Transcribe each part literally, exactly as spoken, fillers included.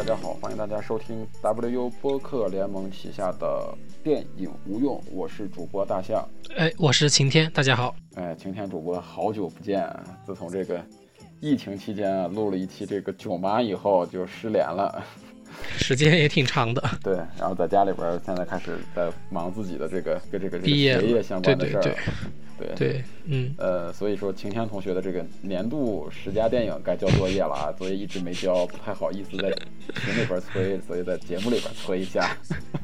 家好，欢迎大家收听 W U 播客联盟旗下的电影无用，我是主播大象。 哎，我是晴天，大家好。 哎，晴天主播好久不见，自从这个疫情期间啊，录了一期这个囧妈以后就失联了， 时间也挺长的。 对，然后在家里边现在开始在忙自己的这个跟这个这个毕业学业相关的事儿。 对对对对对，嗯， 呃，所以说晴天同学的这个年度十佳电影该交作业了啊，作业一直没交，不太好意思在群里边催，所以在节目里边催一下。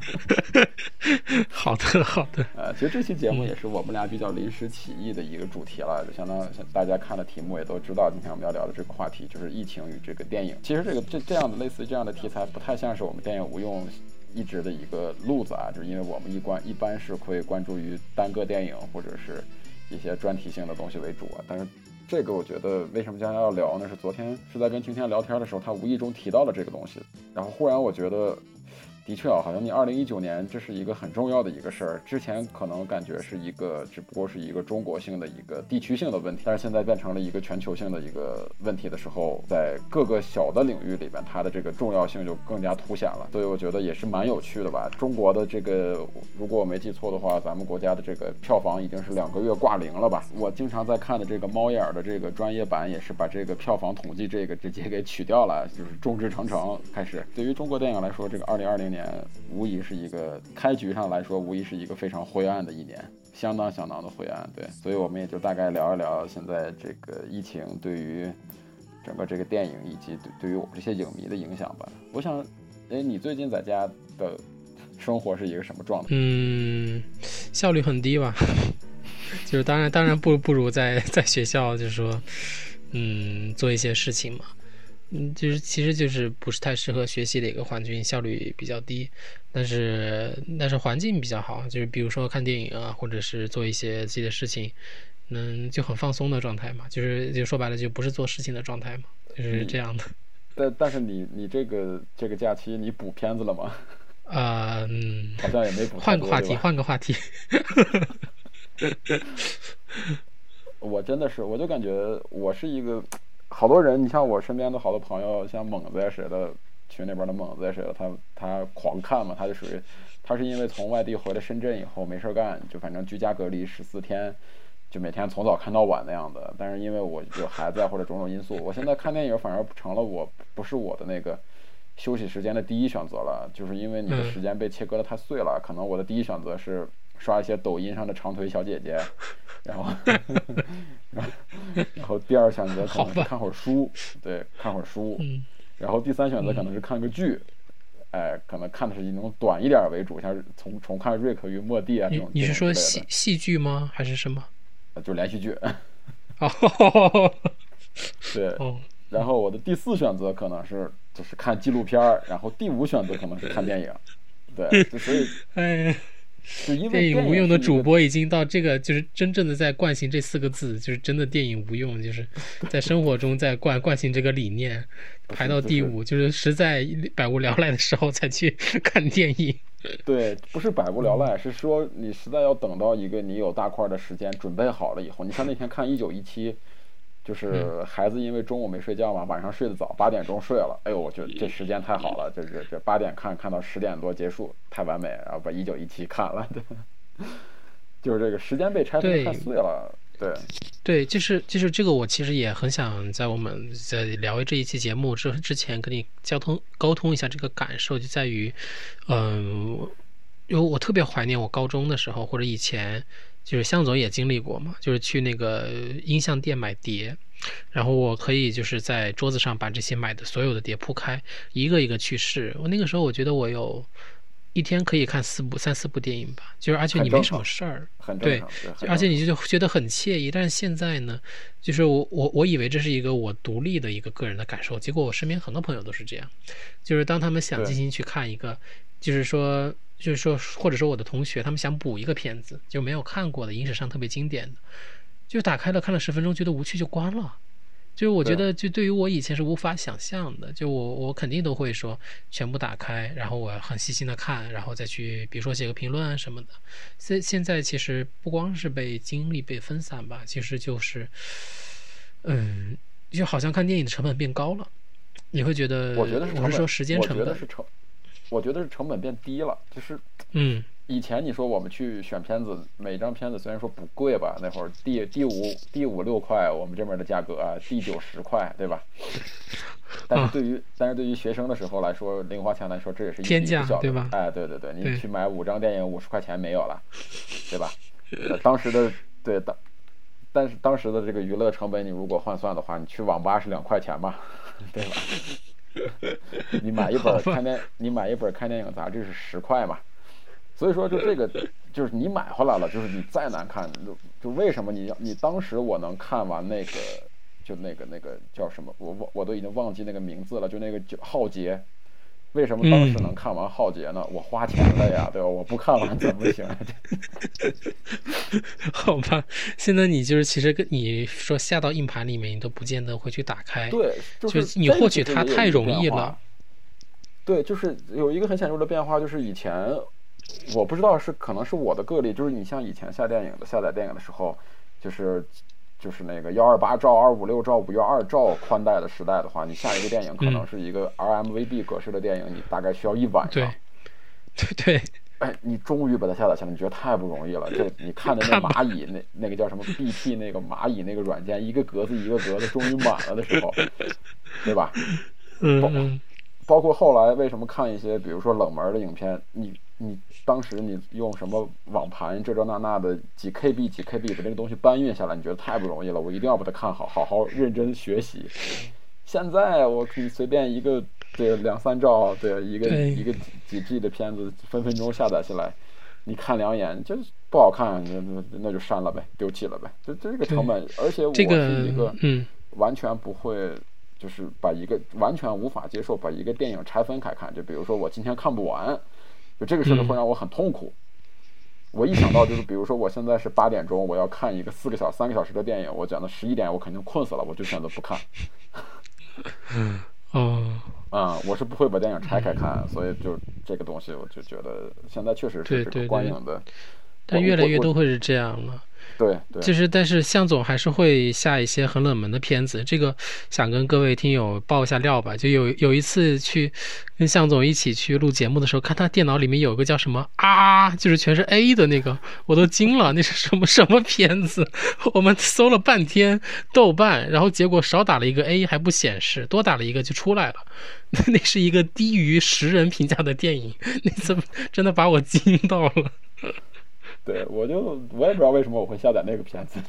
好的好的。 呃，其实这期节目也是我们俩比较临时起意的一个主题了，就相当大家看的题目也都知道，今天我们要聊的这个话题就是疫情与这个电影。其实这个这这样的类似于这样的题材，不太像是我们电影无用一直的一个路子啊，就是因为我们一关一般是会关注于单个电影或者是一些专题性的东西为主啊，但是这个我觉得为什么今天要聊呢？是昨天是在跟晴天聊天的时候，他无意中提到了这个东西，然后忽然我觉得的确啊，好像你二零一九年这是一个很重要的一个事儿。之前可能感觉是一个，只不过是一个中国性的一个地区性的问题，但是现在变成了一个全球性的一个问题的时候，在各个小的领域里边，它的这个重要性就更加凸显了。所以我觉得也是蛮有趣的吧。中国的这个，如果我没记错的话，咱们国家的这个票房已经是两个月挂零了吧？我经常在看的这个猫眼的这个专业版也是把这个票房统计这个直接给取掉了，就是众志成城开始。对于中国电影来说，这个二零二零年无疑是一个开局上来说，无疑是一个非常灰暗的一年，相当相当的灰暗。对，所以我们也就大概聊一聊现在这个疫情对于整个这个电影以及对对于我们这些影迷的影响吧。我想，哎，你最近在家的生活是一个什么状态？ 嗯，效率很低吧。就是当然当然不不如在在学校，就是说，嗯，做一些事情嘛。嗯，就是其实就是不是太适合学习的一个环境，效率比较低，但是但是环境比较好，就是比如说看电影啊，或者是做一些自己的事情，嗯，就很放松的状态嘛，就是就说白了就不是做事情的状态嘛，就是这样的。 但但是你你这个这个假期你补片子了吗？ 啊、呃，嗯， 好像也没补。 换个话题，换个话题。 我真的是，我就感觉我是一个。好多人，你像我身边的好多朋友，像猛子呀谁的，群里边的猛子呀谁的，他他狂看嘛，他就属于，他是因为从外地回来深圳以后没事干，就反正居家隔离十四天，就每天从早看到晚那样的。但是因为我有孩子呀或者种种因素，我现在看电影反而成了我不是我的那个休息时间的第一选择了，就是因为你的时间被切割得太碎了，可能我的第一选择是刷一些抖音上的长腿小姐姐，然后然后第二选择可能是看会儿书，对，看会儿书，然后第三选择可能是看个剧，哎，可能看的是那种短一点为主，像是重重看《瑞克与莫蒂》啊这种。 你是说戏戏剧吗？还是什么？ 就连续剧。 哦， 对。然后我的第四选择可能是就是看纪录片，然后第五选择可能是看电影。对，所以哎。 就因为电影无用的主播已经到这个，就是真正的在惯行这四个字，就是真的电影无用，就是在生活中在惯惯行这个理念，排到第五，就是实在百无聊赖的时候才去看电影。 对，不是百无聊赖，是说你实在要等到一个你有大块的时间准备好了以后，你像那天看一九一七。就是孩子因为中午没睡觉嘛，晚上睡得早，八点钟睡了。哎呦，我觉得这时间太好了，这这这八点看看到十点多结束，太完美。然后把一九一七看了，对，就是这个时间被拆分太碎了。对对，就是就是这个，我其实也很想在我们在聊这一期节目之之前跟你交通沟通一下这个感受，就在于，嗯、呃，因为我特别怀念我高中的时候或者以前。就是向总也经历过嘛，就是去那个音像店买碟，然后我可以就是在桌子上把这些买的所有的碟铺开，一个一个去试。我那个时候我觉得我有一天可以看四部三四部电影吧，就是而且你没什么事儿，对，而且你就觉得很惬意。但是现在呢，就是我我我以为这是一个我独立的一个个人的感受，结果我身边很多朋友都是这样，就是当他们想进行去看一个，就是说。就是说，或者说我的同学，他们想补一个片子，就没有看过的，影史上特别经典的，就打开了看了十分钟，觉得无趣就关了。就是我觉得，就对于我以前是无法想象的，就我我肯定都会说全部打开，然后我很细心的看，然后再去比如说写个评论啊什么的。现现在其实不光是被精力被分散吧，其实就是，嗯，就好像看电影的成本变高了。 你会觉得？ 我觉得是成本， 我是说时间成本。 我觉得是成，我觉得是成本变低了，就是嗯。 以前你说我们去选片子，每张片子虽然说不贵吧，那会儿第第五第五六块，我们这边的价格啊，第九十块，对吧？但是对于、哦、但是对于学生的时候来说，零花钱来说，这也是一笔不小的， 对吧？ 哎，对对对，你去买五张电影五十块钱没有了，对吧？呃、当时的对当，但是当时的这个娱乐成本，你如果换算的话，你去网吧是两块钱嘛，对吧？你买一本看电，你买一本看电影杂志是十块嘛。所以说，就这个，就是你买回来了，就是你再难看，就就为什么你你当时我能看完那个，就那个那个叫什么，我我我都已经忘记那个名字了，就那个就浩劫，为什么当时能看完浩劫呢？嗯、我花钱了呀，对吧？我不看完怎么行？ 好吧，现在你就是其实跟你说下到硬盘里面，你都不见得会去打开， 对， 就是、你获取它太容易了。 对，就是有一个很显著的变化，就是以前。我不知道是可能是我的个例，就是你像以前下电影的下载电影的时候，就是就是那个幺二八兆、二五六兆、五幺二兆宽带的时代的话，你下一个电影可能是一个 R M V B 格式的电影，嗯、你大概需要一晚上。 对对对。 哎，你终于把它下载下来，你觉得太不容易了。这你看的那蚂蚁那那个叫什么 B T 那个蚂蚁那个软件，一个格子一个格子终于满了的时候，对吧？ 嗯。 包括后来为什么看一些比如说冷门的影片，你你当时你用什么网盘这这那那的几 K B 几 K B 把这个东西搬运下来，你觉得太不容易了，我一定要把它看好，好好认真学习。现在我可以随便一个对两三兆对一个一个几 G 的片子分分钟下载下来，你看两眼就是不好看，那那就删了呗，丢弃了呗，这这个成本，而且我是一个完全不会。就是把一个完全无法接受把一个电影拆分开看，就比如说我今天看不完，就这个事情会让我很痛苦。嗯、我一想到就是比如说我现在是八点钟，我要看一个四个小三个小时的电影，我讲到十一点我肯定困死了，我就选择不看。 嗯哦， 嗯，我是不会把电影拆开看，所以就这个东西我就觉得现在确实是这个观影的， 对对对，但越来越都会是这样了。 对对， 就是但是向总还是会下一些很冷门的片子，这个想跟各位听友爆一下料吧。就有有一次去跟向总一起去录节目的时候，看他电脑里面有个叫什么啊，就是全是 A 的那个，我都惊了，那是什么什么片子？我们搜了半天豆瓣，然后结果少打了一个 A 还不显示，多打了一个就出来了。那是一个低于十人评价的电影，那次真的把我惊到了。 对，我就我也不知道为什么我会下载那个片子。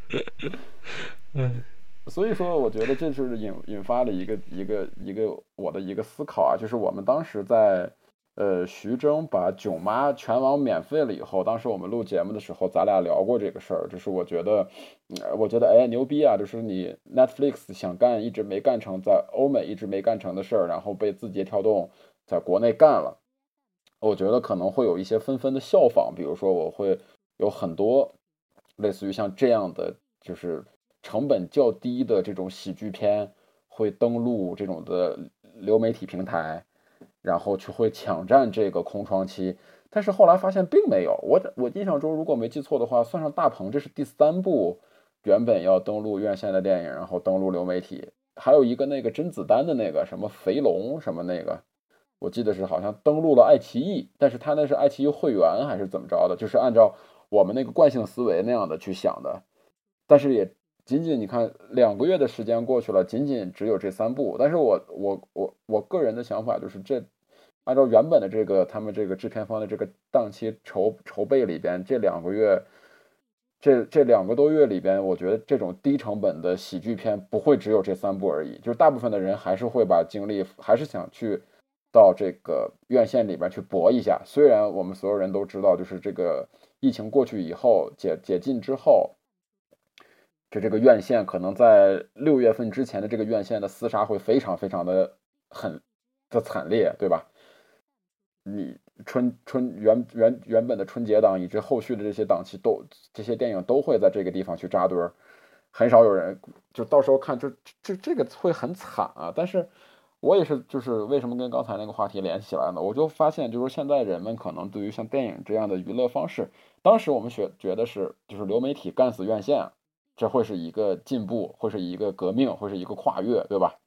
嗯， 所以说，我觉得这就是引引发了一个一个一个我的一个思考啊，就是我们当时在呃徐峥把囧妈全网免费了以后，当时我们录节目的时候，咱俩聊过这个事儿，就是我觉得，呃、我觉得哎牛逼啊，就是你 Netflix 想干一直没干成，在欧美一直没干成的事儿，然后被字节跳动在国内干了。我觉得可能会有一些纷纷的效仿，比如说我会有很多类似于像这样的，就是成本较低的这种喜剧片会登陆这种的流媒体平台，然后去会抢占这个空窗期。但是后来发现并没有，我我印象中如果没记错的话，算上大鹏，这是第三部原本要登陆院线的电影，然后登陆流媒体，还有一个那个甄子丹的那个什么肥龙什么那个。我记得是好像登录了爱奇艺，但是他那是爱奇艺会员还是怎么着的，就是按照我们那个惯性思维那样的去想的，但是也仅仅你看两个月的时间过去了，仅仅只有这三部，但是我我我我个人的想法就是这按照原本的这个他们这个制片方的这个档期筹筹备里边，这两个月这这两个多月里边，我觉得这种低成本的喜剧片不会只有这三部而已，就是大部分的人还是会把精力还是想去到这个院线里边去搏一下。虽然我们所有人都知道，就是这个疫情过去以后解解禁之后，这这个院线可能在六月份之前的这个院线的厮杀会非常非常的很的惨烈，对吧？你春春原原原本的春节档以及后续的这些档期都这些电影都会在这个地方去扎堆儿，很少有人就到时候看这这这个会很惨啊。但是我也是就是为什么跟刚才那个话题联系起来呢？我就发现就是现在人们可能对于像电影这样的娱乐方式，当时我们学觉得是就是流媒体干死院线，这会是一个进步，会是一个革命，会是一个跨越，对吧？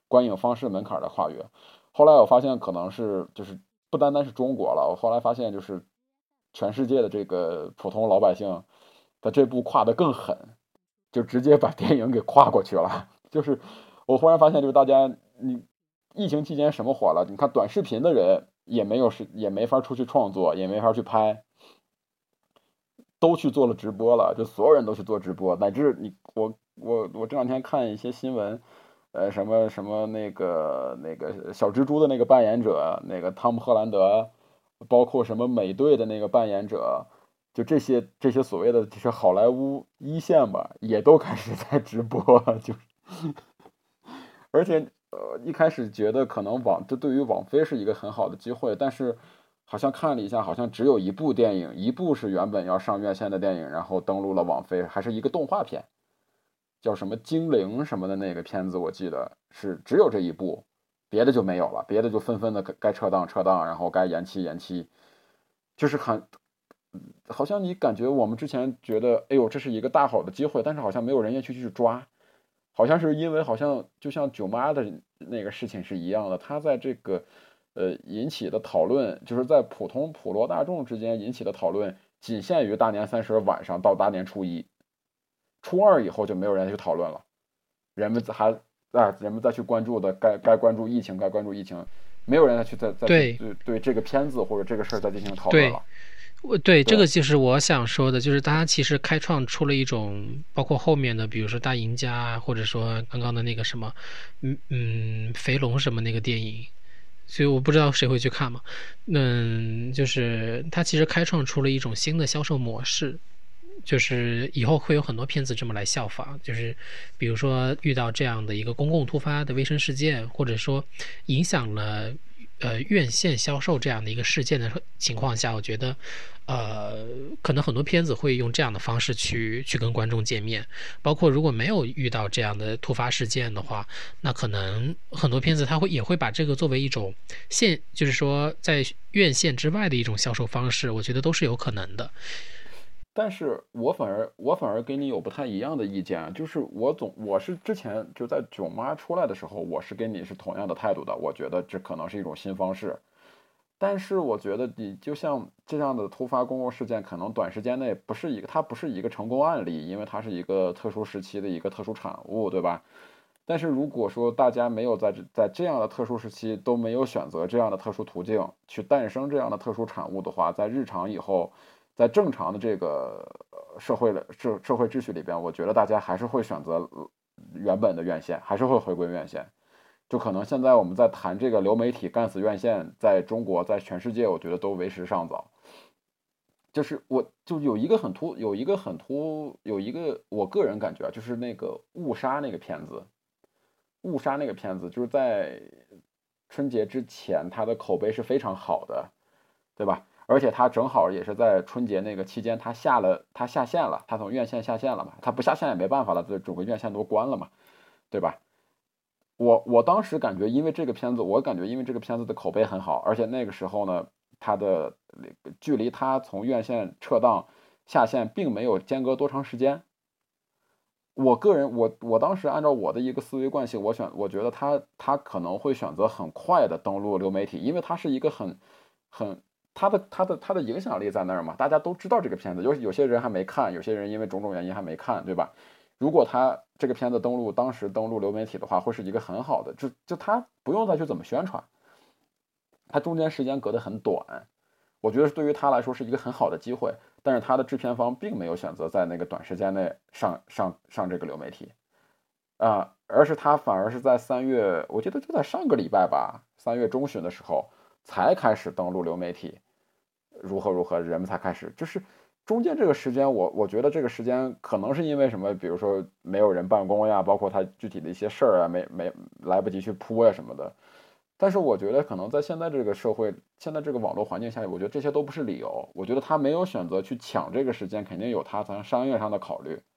观影方式门槛的跨越。后来我发现可能是就是不单单是中国了，我后来发现就是全世界的这个普通老百姓的这步跨得更狠，就直接把电影给跨过去了。就是我忽然发现，就是大家你疫情期间什么火了？你看短视频的人也没有是也没法出去创作，也没法去拍，都去做了直播了，就所有人都去做直播，乃至你我我我这两天看一些新闻，呃，什么什么那个那个小蜘蛛的那个扮演者，那个汤姆·赫兰德，包括什么美队的那个扮演者，就这些这些所谓的这些好莱坞一线吧，也都开始在直播，就而且呃一开始觉得可能网这对于网飞是一个很好的机会，但是好像看了一下，好像只有一部电影，一部是原本要上院线的电影，然后登陆了网飞，还是一个动画片，叫什么精灵什么的那个片子，我记得是只有这一部，别的就没有了，别的就纷纷的该撤档撤档，然后该延期延期，就是很好像你感觉我们之前觉得，哎呦这是一个大好的机会，但是好像没有人愿意去去抓。好像是因为好像就像囧妈的那个事情是一样的，他在这个呃引起的讨论，就是在普通普罗大众之间引起的讨论，仅限于大年三十晚上到大年初一，初二以后就没有人去讨论了，人们还啊人们再去关注的该该关注疫情该关注疫情，没有人再去再再对对对这个片子或者这个事儿再进行讨论了。 我对这个就是我想说的，就是大家其实开创出了一种，包括后面的，比如说大赢家，或者说刚刚的那个什么，嗯嗯，肥龙什么那个电影，所以我不知道谁会去看嘛。嗯，就是它其实开创出了一种新的销售模式，就是以后会有很多片子这么来效仿，就是比如说遇到这样的一个公共突发的卫生事件，或者说影响了呃院线销售这样的一个事件的情况下，我觉得呃可能很多片子会用这样的方式去去跟观众见面，包括如果没有遇到这样的突发事件的话，那可能很多片子它会也会把这个作为一种线，就是说在院线之外的一种销售方式，我觉得都是有可能的。 但是我反而我反而跟你有不太一样的意见，就是我总我是之前就在囧妈出来的时候，我是跟你是同样的态度的，我觉得这可能是一种新方式。但是我觉得你就像这样的突发公共事件，可能短时间内不是一个它不是一个成功案例，因为它是一个特殊时期的一个特殊产物，对吧？但是如果说大家没有在在这样的特殊时期都没有选择这样的特殊途径去诞生这样的特殊产物的话，在日常以后。在正常的这个社会的社社会秩序里边，我觉得大家还是会选择原本的院线，还是会回归院线。就可能现在我们在谈这个流媒体干死院线，在中国，在全世界，我觉得都为时尚早。就是我就有一个很突，有一个很突，有一个我个人感觉啊，就是那个误杀那个片子，误杀那个片子就是在春节之前，它的口碑是非常好的，对吧？而且他正好也是在春节那个期间，他下了他下线了，他从院线下线了嘛，他不下线也没办法了，这整个院线都关了嘛，对吧？我我当时感觉，因为这个片子，我感觉因为这个片子的口碑很好，而且那个时候呢，它的距离他从院线撤档下线并没有间隔多长时间。我个人，我我当时按照我的一个思维惯性，我选我觉得他他可能会选择很快的登陆流媒体，因为它是一个很很。他的他的他的影响力在那儿嘛，大家都知道这个片子，有有些人还没看，有些人因为种种原因还没看，对吧？如果他这个片子登陆当时登陆流媒体的话，会是一个很好的，就就他不用再去怎么宣传，他中间时间隔得很短，我觉得对于他来说是一个很好的机会，但是他的制片方并没有选择在那个短时间内上上上这个流媒体啊，而是他反而是在三月，我记得就在上个礼拜吧，三月中旬的时候才开始登陆流媒体。如何如何，人们才开始，就是中间这个时间，我我觉得这个时间可能是因为什么，比如说没有人办公呀，包括他具体的一些事儿啊，没没来不及去铺呀什么的。但是我觉得可能在现在这个社会，现在这个网络环境下，我觉得这些都不是理由。我觉得他没有选择去抢这个时间，肯定有他从商业上的考虑。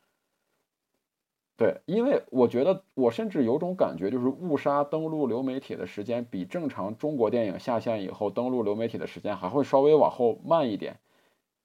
对，因为我觉得我甚至有种感觉，就是误杀登陆流媒体的时间比正常中国电影下线以后登陆流媒体的时间还会稍微往后慢一点。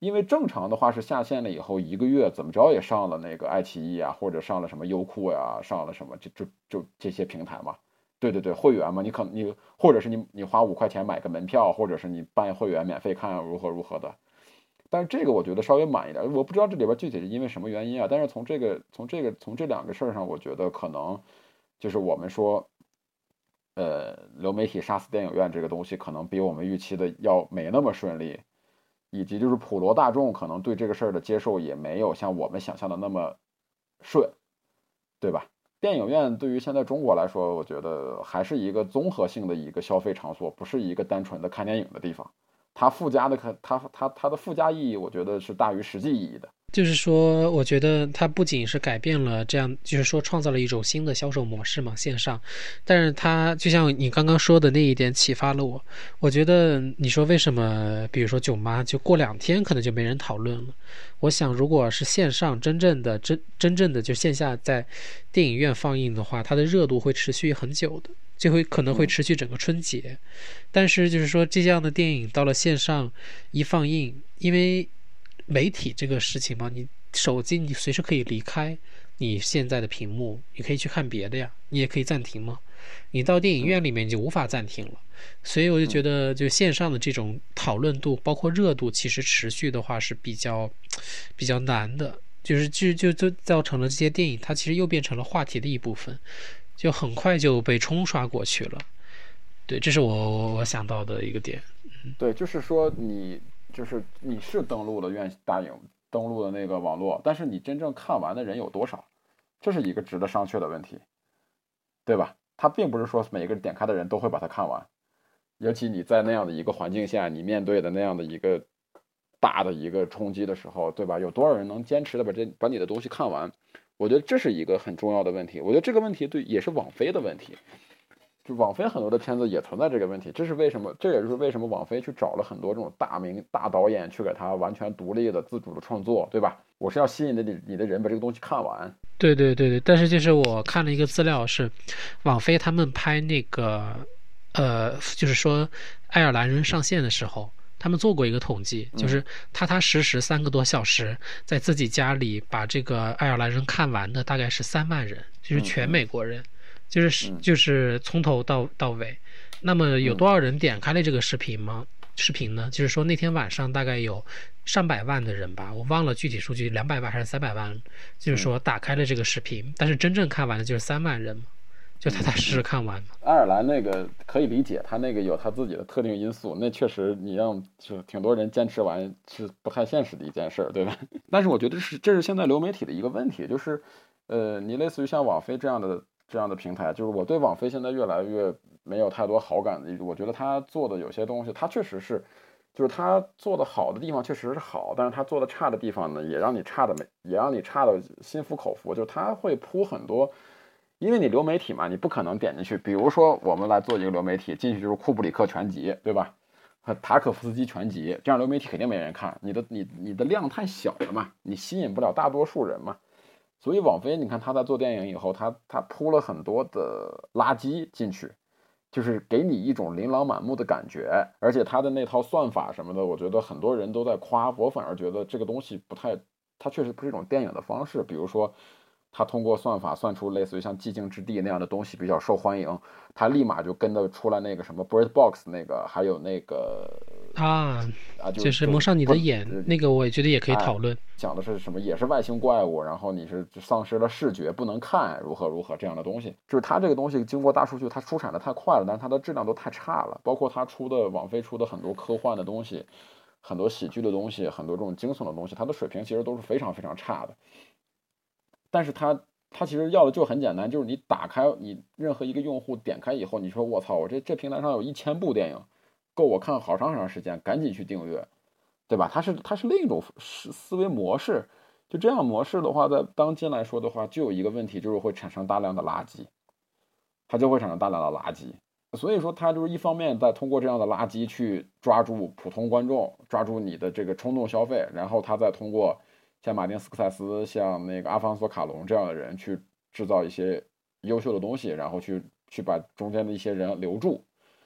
因为正常的话是下线了以后一个月怎么着也上了那个爱奇艺啊，或者上了什么优酷呀、啊，上了什么就就就这些平台嘛。对对对，会员嘛，你可能你或者是你你花五块钱买个门票，或者是你办会员免费看如何如何的。但是这个我觉得稍微满一点，我不知道这里边具体是因为什么原因啊。但是从这个从这个从这两个事儿上，我觉得可能就是我们说，呃，流媒体杀死电影院这个东西，可能比我们预期的要没那么顺利。以及就是普罗大众可能对这个事儿的接受也没有像我们想象的那么顺，对吧？电影院对于现在中国来说，我觉得还是一个综合性的一个消费场所，不是一个单纯的看电影的地方。它附加的可它它它的附加意义，我觉得是大于实际意义的。 就是说，我觉得它不仅是改变了这样，就是说创造了一种新的销售模式嘛，线上。但是它就像你刚刚说的那一点启发了我。我觉得你说为什么，比如说囧妈就过两天可能就没人讨论了。我想，如果是线上真正的真真正的就线下在电影院放映的话，它的热度会持续很久的，就会可能会持续整个春节。但是就是说，这样的电影到了线上一放映，因为媒体这个事情嘛，你手机你随时可以离开你现在的屏幕，你可以去看别的呀，你也可以暂停嘛。你到电影院里面你就无法暂停了，所以我就觉得，就线上的这种讨论度，包括热度，其实持续的话是比较比较难的，就是就就就造成了这些电影它其实又变成了话题的一部分，就很快就被冲刷过去了。对，这是我我想到的一个点。 对，就是说你就是你是登录了院大影，登录了那个网络，但是你真正看完的人有多少？这是一个值得商榷的问题，对吧？它并不是说每个点开的人都会把它看完，尤其你在那样的一个环境下，你面对的那样的一个大的一个冲击的时候，对吧？有多少人能坚持的把这把你的东西看完？我觉得这是一个很重要的问题。我觉得这个问题对也是网飞的问题。就网飞很多的片子也存在这个问题，这是为什么？这也是为什么网飞去找了很多这种大名大导演去给他完全独立的自主的创作，对吧？我是要吸引的你你的人把这个东西看完。 对对对对，但是就是我看了一个资料是，网飞他们拍那个，呃，就是说爱尔兰人上线的时候，他们做过一个统计，就是踏踏实实三个多小时在自己家里把这个爱尔兰人看完的大概是三万人，就是全美国人。就是就是从头到到尾，那么有多少人点开了这个视频吗？视频呢？就是说那天晚上大概有上百万的人吧，我忘了具体数据，两百万还是三百万，就是说打开了这个视频，但是真正看完的就是三万人嘛，就踏踏实实看完嘛。 爱尔兰那个可以理解，他那个有他自己的特定因素，那确实你让就挺多人坚持完是不太现实的一件事，对吧？但是我觉得是这是现在流媒体的一个问题，就是呃，你类似于像网飞这样的。这样的平台，就是我对网飞现在越来越没有太多好感的。我觉得他做的有些东西，他确实是，就是他做的好的地方确实是好，但是他做的差的地方呢，也让你差的没，也让你差的心服口服。就是他会铺很多，因为你流媒体嘛，你不可能点进去。比如说我们来做一个流媒体，进去就是库布里克全集，对吧？和塔可夫斯基全集，这样流媒体肯定没人看，你的你你的量太小了嘛，你吸引不了大多数人嘛。所以网飞，你看他在做电影以后，他他铺了很多的垃圾进去，就是给你一种琳琅满目的感觉。而且他的那套算法什么的，我觉得很多人都在夸，我反而觉得这个东西不太，它确实不是一种电影的方式。比如说，他通过算法算出类似于像《寂静之地》那样的东西比较受欢迎，他立马就跟着出来那个什么 Bird Box 那个，还有那个啊啊，就就是蒙上你的眼，那个我也觉得也可以讨论。 讲的是什么？也是外星怪物，然后你是丧失了视觉，不能看，如何如何这样的东西。就是它这个东西经过大数据，它出产的太快了，但是它的质量都太差了。包括它出的网飞出的很多科幻的东西，很多喜剧的东西，很多这种惊悚的东西，它的水平其实都是非常非常差的。但是它它其实要的就很简单，就是你打开你任何一个用户点开以后，你说我操，我这这平台上有一千部电影，够我看好长好长时间，赶紧去订阅。对吧？它是它是另一种思思维模式，就这样模式的话，在当今来说的话，就有一个问题，就是会产生大量的垃圾，它就会产生大量的垃圾。所以说，它就是一方面在通过这样的垃圾去抓住普通观众，抓住你的这个冲动消费，然后它再通过像马丁斯科塞斯、像那个阿方索卡隆这样的人去制造一些优秀的东西，然后去去把中间的一些人留住。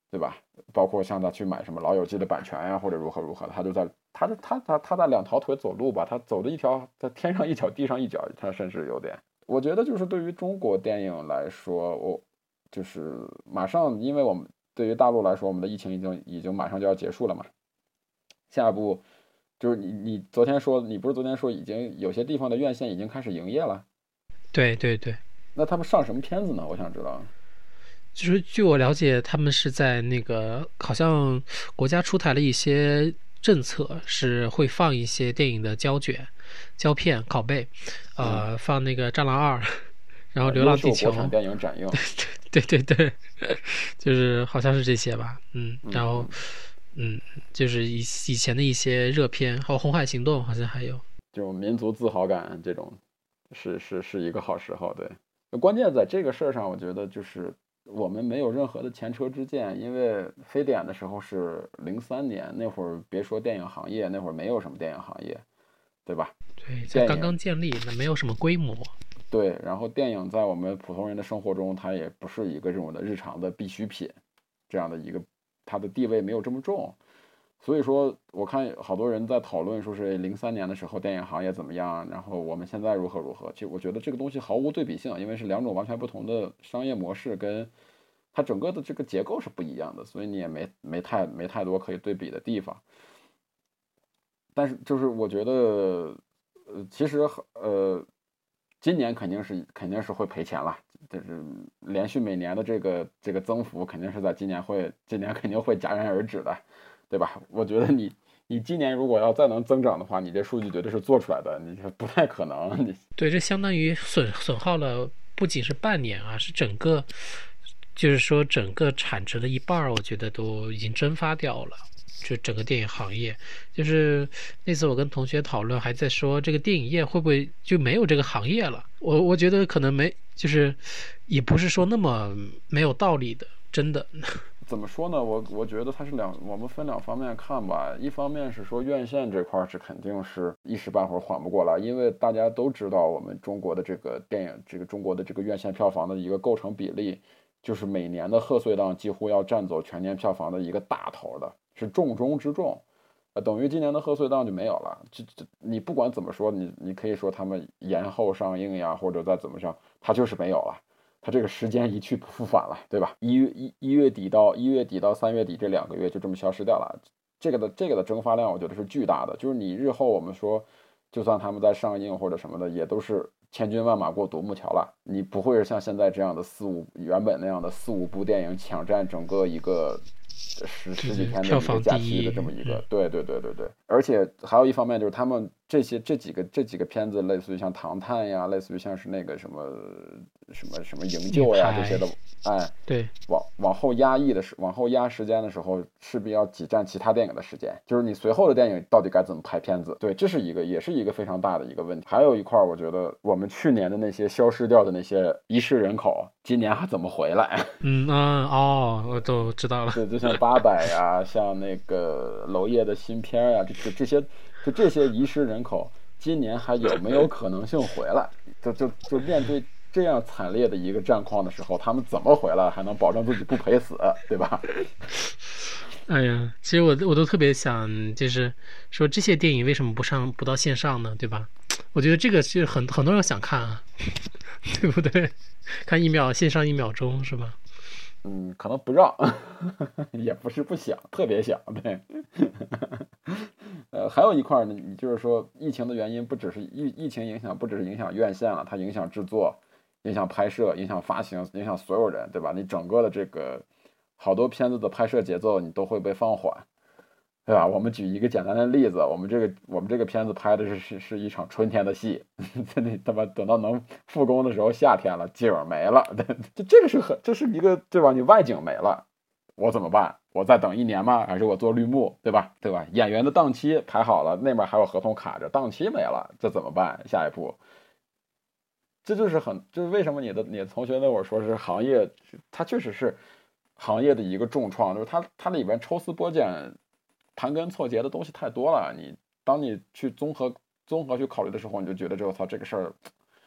对吧？包括像他去买什么老友记的版权呀，或者如何如何，他就在他他他他在两条腿走路吧，他走的一条在天上一脚地上一脚，他甚至有点。我觉得就是对于中国电影来说，我就是马上，因为我们对于大陆来说，我们的疫情已经已经马上就要结束了嘛。下一步就是你你昨天说，你不是昨天说已经有些地方的院线已经开始营业了？ 对对对。 那他们上什么片子呢？我想知道。 就是据我了解，他们是在那个好像国家出台了一些政策，是会放一些电影的胶卷、胶片拷贝，呃， 嗯、 放那个《战狼二》，然后《流浪地球》 国产电影展映。 对对对，就是好像是这些吧，嗯，然后嗯，就是以以前的一些热片，还有《红海行动》，好像还有这种民族自豪感，这种是是是一个好时候。对，关键在这个事儿上，我觉得就是我们没有任何的前车之鉴，因为非典的时候是零三年，那会儿别说电影行业，那会儿没有什么电影行业，对吧？ 对，才刚刚建立，那没有什么规模。 对，然后电影在我们普通人的生活中，它也不是一个这种的日常的必需品，这样的一个它的地位没有这么重。所以说，我看好多人在讨论，说是零三年的时候电影行业怎么样，然后我们现在如何如何。其实我觉得这个东西毫无对比性，因为是两种完全不同的商业模式，跟它整个的这个结构是不一样的，所以你也没没太没太多可以对比的地方。但是就是我觉得，呃，其实呃，今年肯定是肯定是会赔钱了，就是连续每年的这个这个增幅肯定是在今年会今年肯定会戛然而止的。对吧？我觉得你你今年如果要再能增长的话，你这数据绝对是做出来的，你不太可能。你对，这相当于损损耗了不仅是半年啊，是整个，就是说整个产值的一半，我觉得都已经蒸发掉了。就整个电影行业，就是那次我跟同学讨论，还在说这个电影业会不会就没有这个行业了？我我觉得可能没，就是也不是说那么没有道理的，真的。 怎么说呢？我我觉得它是两，我们分两方面看吧。一方面是说院线这块是肯定是一时半会儿缓不过来，因为大家都知道我们中国的这个电影，这个中国的这个院线票房的一个构成比例，就是每年的贺岁档几乎要占走全年票房的一个大头的，是重中之重。呃，等于今年的贺岁档就没有了。这这，你不管怎么说，你你可以说他们延后上映呀，或者再怎么上，它就是没有了。它这个时间一去不复返了，对吧？一月一一月底到一月底到三月底这两个月就这么消失掉了，这个的这个的蒸发量我觉得是巨大的。就是你日后我们说，就算他们在上映或者什么的，也都是千军万马过独木桥了。你不会是像现在这样的四五原本那样的四五部电影抢占整个一个十十几天的一个假期的这么一个，对对对对对。而且还有一方面就是他们这些这几个这几个片子，类似于像《唐探》呀，类似于像是那个什么。什么什么营救呀这些的，哎， 对， 往往后压抑的时，往后压时间的时候，势必要挤占其他电影的时间。就是你随后的电影到底该怎么拍片子？对，这是一个，也是一个非常大的一个问题。还有一块，我觉得我们去年的那些消失掉的那些遗失人口，今年还怎么回来？ 嗯啊哦，我都知道了。 对，就像八佰呀，像那个娄烨的新片呀，这这这些，就这些遗失人口，今年还有没有可能性回来？就就就面对。这样惨烈的一个战况的时候，他们怎么回来还能保证自己不赔死，对吧？ 哎呀，其实我我都特别想，就是说这些电影为什么不上不到线上呢？对吧？我觉得这个是很很多人想看啊，对不对？看一秒线上一秒钟是吧？ 嗯，可能不让，也不是不想，特别想，对。呃，还有一块呢，你就是说疫情的原因不只是疫疫情影响，不只是影响院线了，它影响制作。影响拍摄，影响发行，影响所有人，对吧？你整个的这个好多片子的拍摄节奏，你都会被放缓，对吧？我们举一个简单的例子，我们这个我们这个片子拍的是是是一场春天的戏，你他妈等到能复工的时候，夏天了，景没了，这这个是很这是一个对吧？你外景没了，我怎么办？我再等一年吗？还是我做绿幕，对吧？对吧？演员的档期排好了，那边还有合同卡着，档期没了，这怎么办？下一步？这就是很，就是为什么你的你的同学那会儿说是行业，它确实是行业的一个重创，就是它它里边抽丝剥茧、盘根错节的东西太多了。你当你去综合综合去考虑的时候，你就觉得这我操这个事儿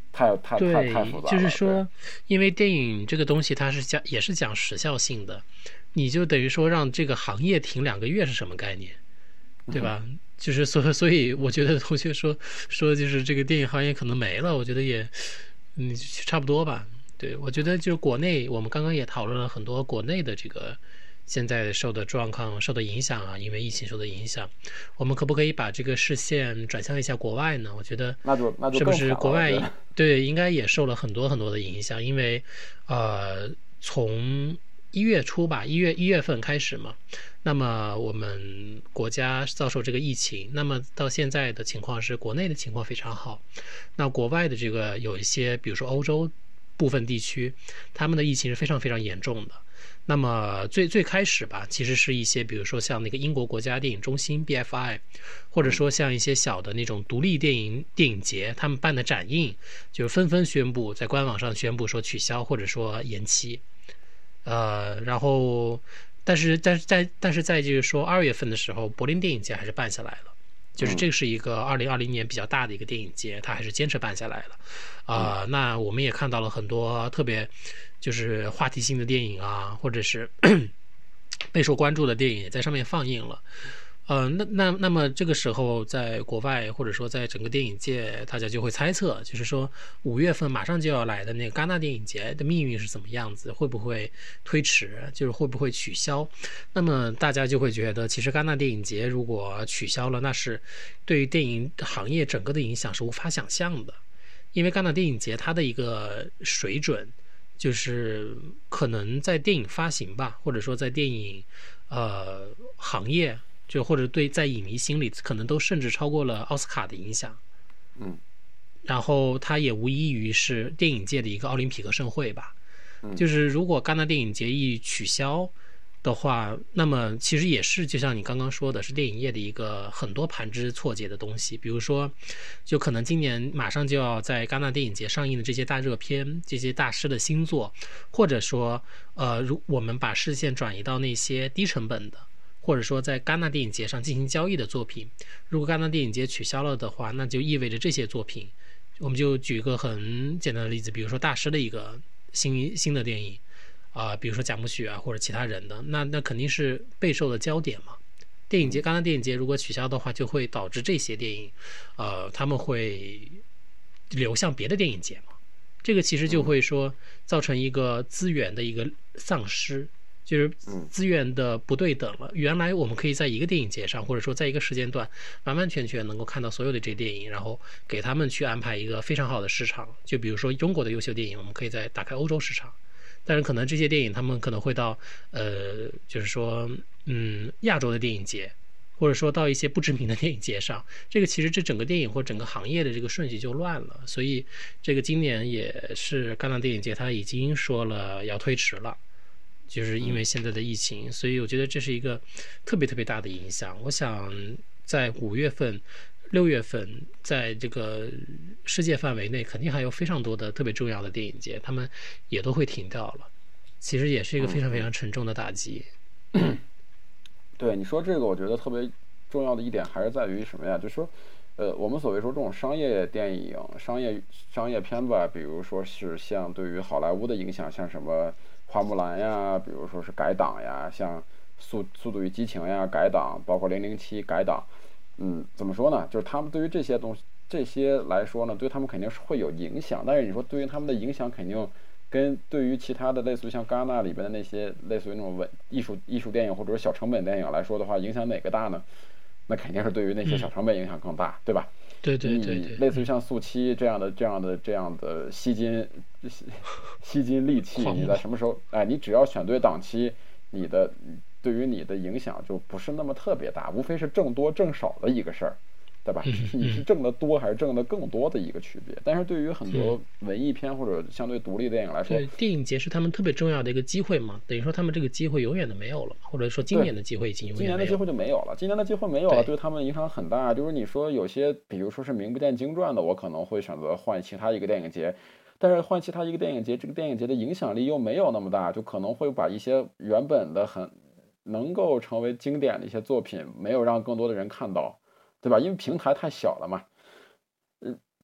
太太太太复杂了。 就是说，因为电影这个东西它是讲也是讲时效性的，你就等于说让这个行业停两个月是什么概念，对吧？嗯、就是所所以我觉得同学说说就是这个电影行业可能没了，我觉得也嗯差不多吧。对，我觉得就是国内我们刚刚也讨论了很多国内的这个。现在受的状况受的影响啊，因为疫情受的影响，我们可不可以把这个视线转向一下国外呢？我觉得那就那就是不是国外对应该也受了很多很多的影响，因为呃从一月初吧，一月一月份开始嘛，那么我们国家遭受这个疫情，那么到现在的情况是国内的情况非常好，那国外的这个有一些，比如说欧洲部分地区，他们的疫情是非常非常严重的。那么最最开始吧，其实是一些比如说像那个英国国家电影中心 B F I， 或者说像一些小的那种独立电影电影节，他们办的展映，就是纷纷宣布在官网上宣布说取消或者说延期。呃，然后但是但是在但是在就是说二月份的时候，柏林电影节还是办下来了。就是这是一个二零二零年比较大的一个电影节，它还是坚持办下来了，啊、呃，那我们也看到了很多特别就是话题性的电影啊，或者是备受关注的电影也在上面放映了，呃，那那那么这个时候在国外或者说在整个电影界，大家就会猜测，就是说五月份马上就要来的那个戛纳电影节的命运是怎么样子，会不会推迟，就是会不会取消？那么大家就会觉得，其实戛纳电影节如果取消了，那是对于电影行业整个的影响是无法想象的，因为戛纳电影节它的一个水准，就是可能在电影发行吧，或者说在电影呃行业。就或者对在影迷心里可能都甚至超过了奥斯卡的影响， 嗯， 然后它也无异于是电影界的一个奥林匹克盛会吧， 嗯， 就是如果戛纳电影节一取消的话，那么其实也是就像你刚刚说的，是电影业的一个很多盘枝错节的东西，比如说，就可能今年马上就要在戛纳电影节上映的这些大热片，这些大师的新作，或者说，呃，如我们把视线转移到那些低成本的。或者说在戛纳电影节上进行交易的作品，如果戛纳电影节取消了的话，那就意味着这些作品，我们就举一个很简单的例子，比如说大师的一个新新的电影啊、呃，比如说贾木许啊或者其他人的，那那肯定是备受的焦点嘛。电影节戛纳电影节如果取消的话，就会导致这些电影，呃，他们会流向别的电影节嘛。这个其实就会说造成一个资源的一个丧失。就是资源的不对等了。原来我们可以在一个电影节上，或者说在一个时间段，完完全全能够看到所有的这些电影，然后给他们去安排一个非常好的市场。就比如说中国的优秀电影，我们可以再打开欧洲市场，但是可能这些电影他们可能会到呃，就是说嗯亚洲的电影节，或者说到一些不知名的电影节上。这个其实这整个电影或整个行业的这个顺序就乱了。所以这个今年也是戛纳电影节，他已经说了要推迟了。就是因为现在的疫情，所以我觉得这是一个特别特别大的影响。我想在五月份、六月份，在这个世界范围内，肯定还有非常多的特别重要的电影节，他们也都会停掉了。其实也是一个非常非常沉重的打击。 嗯、对你说这个，我觉得特别重要的一点还是在于什么呀？就是说，呃，我们所谓说这种商业电影、商业商业片吧，比如说是像对于好莱坞的影响，像什么。花木兰呀，比如说是改档呀，像速速度与激情呀改档，包括零零七改档，嗯，怎么说呢？就是他们对于这些东西这些来说呢，对他们肯定是会有影响，但是你说对于他们的影响，肯定跟对于其他的类似于像戛纳里边的那些类似于那种文艺术艺术电影或者是小成本电影来说的话，影响哪个大呢？那肯定是对于那些小成本影响更大， 嗯、 对吧？ 对对对对， 类似于像速七这样的、这样的、这样的吸金、吸金利器，你在什么时候？哎，你只要选对档期，你的对于你的影响就不是那么特别大，无非是挣多挣少的一个事儿，对吧？你是挣得多还是挣得更多的一个区别。但是对于很多文艺片或者相对独立电影来说， 对，电影节是他们特别重要的一个机会嘛，等于说他们这个机会永远都没有了，或者说今年的机会已经永远没有了。 今年的机会就没有了，今年的机会没有了，对他们影响很大。就是你说有些，比如说是名不见经传的，我可能会选择换其他一个电影节。但是换其他一个电影节，这个电影节的影响力又没有那么大，就可能会把一些原本的很能够成为经典的一些作品，没有让更多的人看到，对吧？因为平台太小了嘛。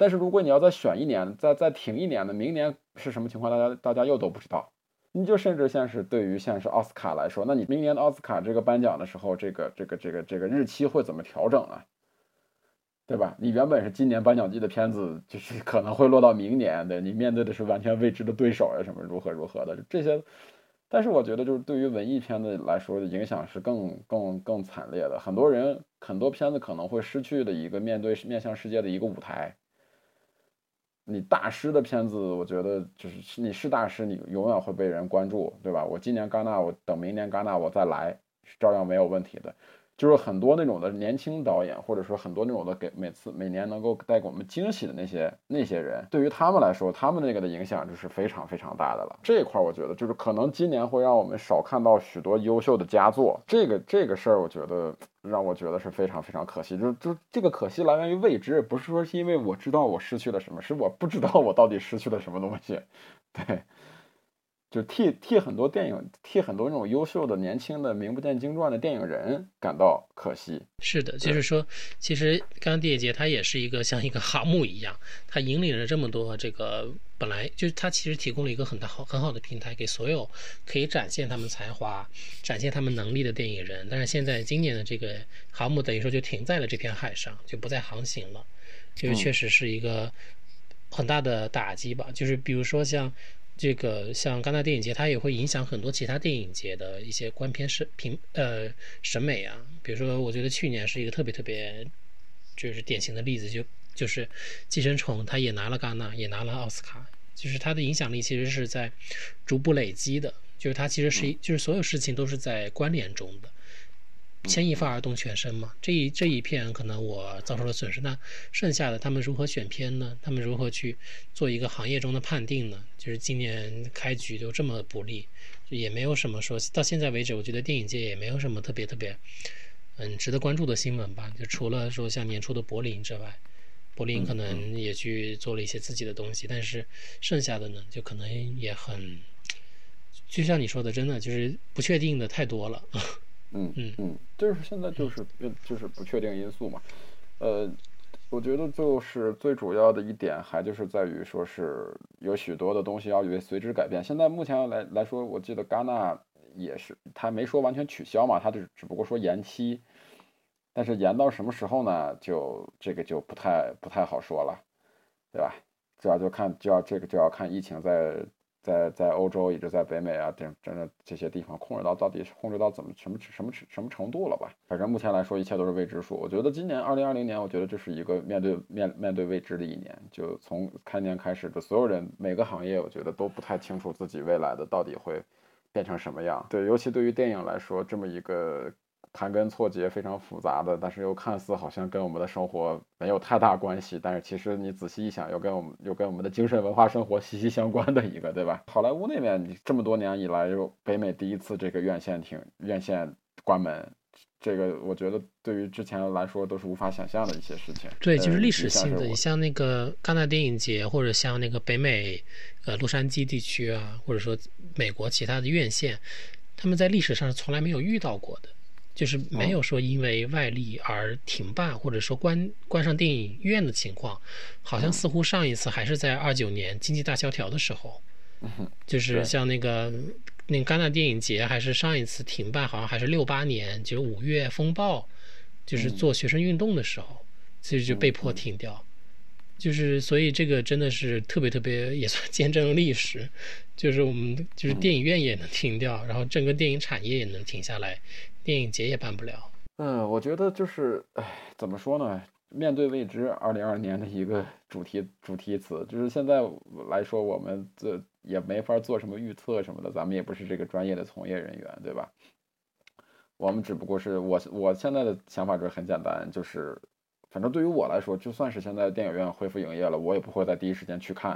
但是如果你要再选一年，再再停一年的，明年是什么情况，大家大家又都不知道。你就甚至像是对于像是奥斯卡来说，那你明年的奥斯卡这个颁奖的时候，这个这个这个这个日期会怎么调整呢？对吧？你原本是今年颁奖季的片子，就是可能会落到明年，对，你面对的是完全未知的对手呀，什么如何如何的这些。但是我觉得，就是对于文艺片子来说，影响是更更更惨烈的。很多人很多片子可能会失去的一个面对面向世界的一个舞台。你大师的片子，我觉得就是你是大师，你永远会被人关注，对吧？我今年戛纳，我等明年戛纳我再来，照样没有问题的。就是很多那种的年轻导演，或者说很多那种的给每次每年能够带给我们惊喜的那些那些人，对于他们来说，他们那个的影响就是非常非常大的了。这一块我觉得就是可能今年会让我们少看到许多优秀的佳作，这个这个事儿，我觉得让我觉得是非常非常可惜。就就这个可惜来源于未知，不是说是因为我知道我失去了什么，是我不知道我到底失去了什么东西。对。就替替很多电影，替很多那种优秀的年轻的名不见经传的电影人感到可惜。 是的，就是说，其实戛纳电影节它也是一个像一个航母一样，它引领了这么多这个本来就是它其实提供了一个很大好很好的平台给所有可以展现他们才华、展现他们能力的电影人。但是现在今年的这个航母等于说就停在了这片海上，就不再航行了，就是确实是一个很大的打击吧。就是比如说像。这个像戛纳电影节，它也会影响很多其他电影节的一些观片审评呃审美啊。比如说，我觉得去年是一个特别特别就是典型的例子，就就是《寄生虫》，它也拿了戛纳，也拿了奥斯卡，就是它的影响力其实是在逐步累积的，就是它其实是就是所有事情都是在关联中的。牵一发而动全身嘛，这一这一片可能我遭受了损失，那剩下的他们如何选片呢？他们如何去做一个行业中的判定呢？就是今年开局就这么不利，也没有什么说到现在为止，我觉得电影界也没有什么特别特别嗯值得关注的新闻吧。就除了说像年初的柏林之外，柏林可能也去做了一些自己的东西，但是剩下的呢，就可能也很，就像你说的，真的就是不确定的太多了。 嗯嗯嗯，就是现在就是就是不确定因素嘛，呃，我觉得就是最主要的一点还就是在于说是有许多的东西要随之改变。现在目前来来说，我记得戛纳也是，他没说完全取消嘛，他只只不过说延期，但是延到什么时候呢？就这个就不太不太好说了，对吧？主要就看就要这个就要看疫情在。在在欧洲一直在北美啊，这真的这些地方控制到到底控制到怎么什么什么什么程度了吧？反正目前来说一切都是未知数。我觉得今年二零二零年，我觉得这是一个面对面面对未知的一年。就从开年开始的所有人每个行业，我觉得都不太清楚自己未来的到底会变成什么样。对，尤其对于电影来说，这么一个盘根错节、非常复杂的，但是又看似好像跟我们的生活没有太大关系，但是其实你仔细一想，又跟我们又跟我们的精神文化生活息息相关的一个，对吧？好莱坞那边这么多年以来，又北美第一次这个院线停院线关门，这个我觉得对于之前来说都是无法想象的一些事情。 对，就是历史性的，你像那个戛纳电影节，或者像那个北美呃洛杉矶地区啊，或者说美国其他的院线，他们在历史上是从来没有遇到过的。就是没有说因为外力而停办，或者说关关上电影院的情况，好像似乎上一次还是在二九年经济大萧条的时候，就是像那个那个戛纳电影节，还是上一次停办，好像还是六八年，就是五月风暴，就是做学生运动的时候，所以就被迫停掉。就是所以这个真的是特别特别也算见证历史，就是我们就是电影院也能停掉，然后整个电影产业也能停下来。电影节也办不了。 嗯，我觉得就是，哎，怎么说呢？面对未知，二零二二年的一个主题主题词，就是现在来说，我们这也没法做什么预测什么的，咱们也不是这个专业的从业人员，对吧？我们只不过是我我现在的想法就是很简单，就是反正对于我来说，就算是现在电影院恢复营业了，我也不会在第一时间去看。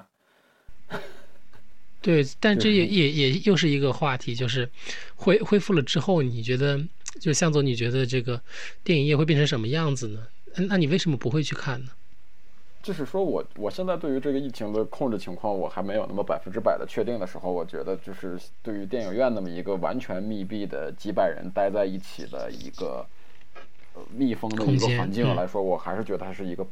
对，但这也也也又是一个话题，就是恢恢复了之后，你觉得就向总，你觉得这个电影业会变成什么样子呢？那你为什么不会去看呢？ 就是说我我现在对于这个疫情的控制情况，我还没有那么百分之百的确定的时候，我觉得就是对于电影院那么一个完全密闭的几百人待在一起的一个密封的一个环境来说，我还是觉得它是一个不不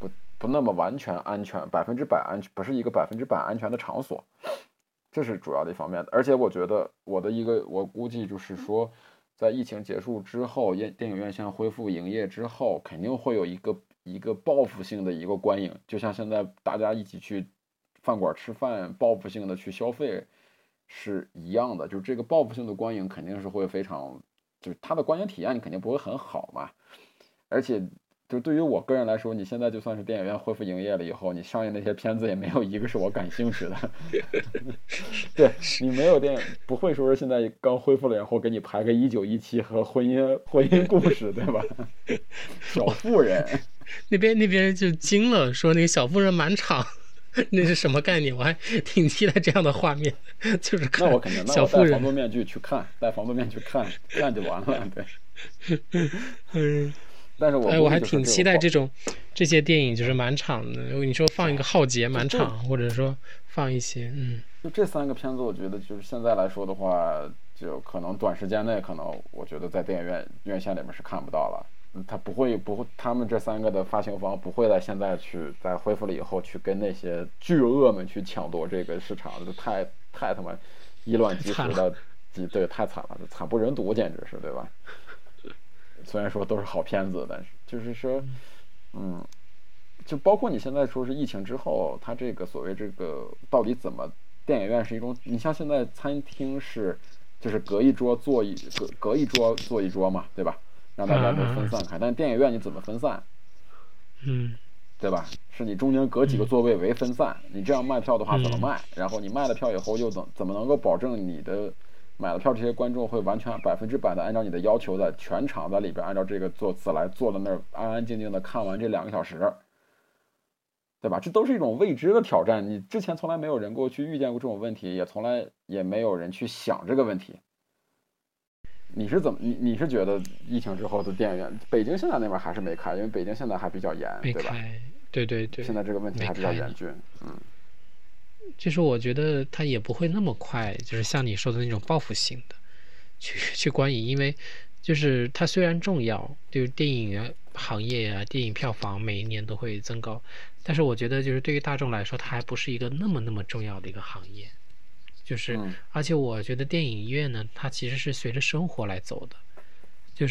不那么完全安全，百分之百安全，不是一个百分之百安全的场所，这是主要的一方面的。而且我觉得我的一个我估计就是说，在疫情结束之后，电电影院线恢复营业之后，肯定会有一个一个报复性的一个观影，就像现在大家一起去饭馆吃饭，报复性的去消费是一样的，就是这个报复性的观影肯定是会非常，就是它的观影体验你肯定不会很好嘛，而且。就对于我个人来说，你现在就算是电影院恢复营业了以后，你上映那些片子也没有一个是我感兴趣的。对，你没有电影，不会说是现在刚恢复了，然后给你排个一九一七和婚姻婚姻故事，对吧？小妇人那边那边就惊了，说那个小妇人满场，那是什么概念？我还挺期待这样的画面，就是看那我肯定，那小妇人我戴防毒面具去看，戴防毒面具看看就完了，对。 嗯。 但是我哎，我还挺期待这种这些电影，就是满场的。你说放一个浩劫满场，或者说放一些，嗯， 就这三个片子，我觉得就是现在来说的话，就可能短时间内，可能我觉得在电影院院线里面是看不到了。他不会不会，他们这三个的发行方不会在现在去在恢复了以后去跟那些巨鳄们去抢夺这个市场，就太太他妈以卵击石的，对，太惨了，惨不忍睹，简直是，对吧？虽然说都是好片子，但是就是说，嗯，就包括你现在说是疫情之后，它这个所谓这个到底怎么，电影院是一种，你像现在餐厅是，就是隔一桌坐一隔隔一桌坐一桌嘛，对吧？让大家都分散开。但电影院你怎么分散？ 嗯， 对吧？是你中间隔几个座位为分散，你这样卖票的话怎么卖？然后你卖了票以后又怎怎么能够保证你的？买了票这些观众会完全百分之百的按照你的要求，在全场在里边按照这个座次来坐在那儿安安静静的看完这两个小时，对吧？这都是一种未知的挑战，你之前从来没有人过去遇见过这种问题，也从来也没有人去想这个问题。你是怎么你你是觉得疫情之后的电影院，北京现在那边还是没开，因为北京现在还比较严，对吧？ 对对对， 现在这个问题还比较严峻，嗯。 就是我觉得它也不会那么快，就是像你说的那种报复性的去去观影，因为就是它虽然重要，就是电影行业啊，电影票房每一年都会增高，但是我觉得就是对于大众来说，它还不是一个那么那么重要的一个行业。就是， 嗯、 而且我觉得电影院呢，它其实是随着生活来走的，就是，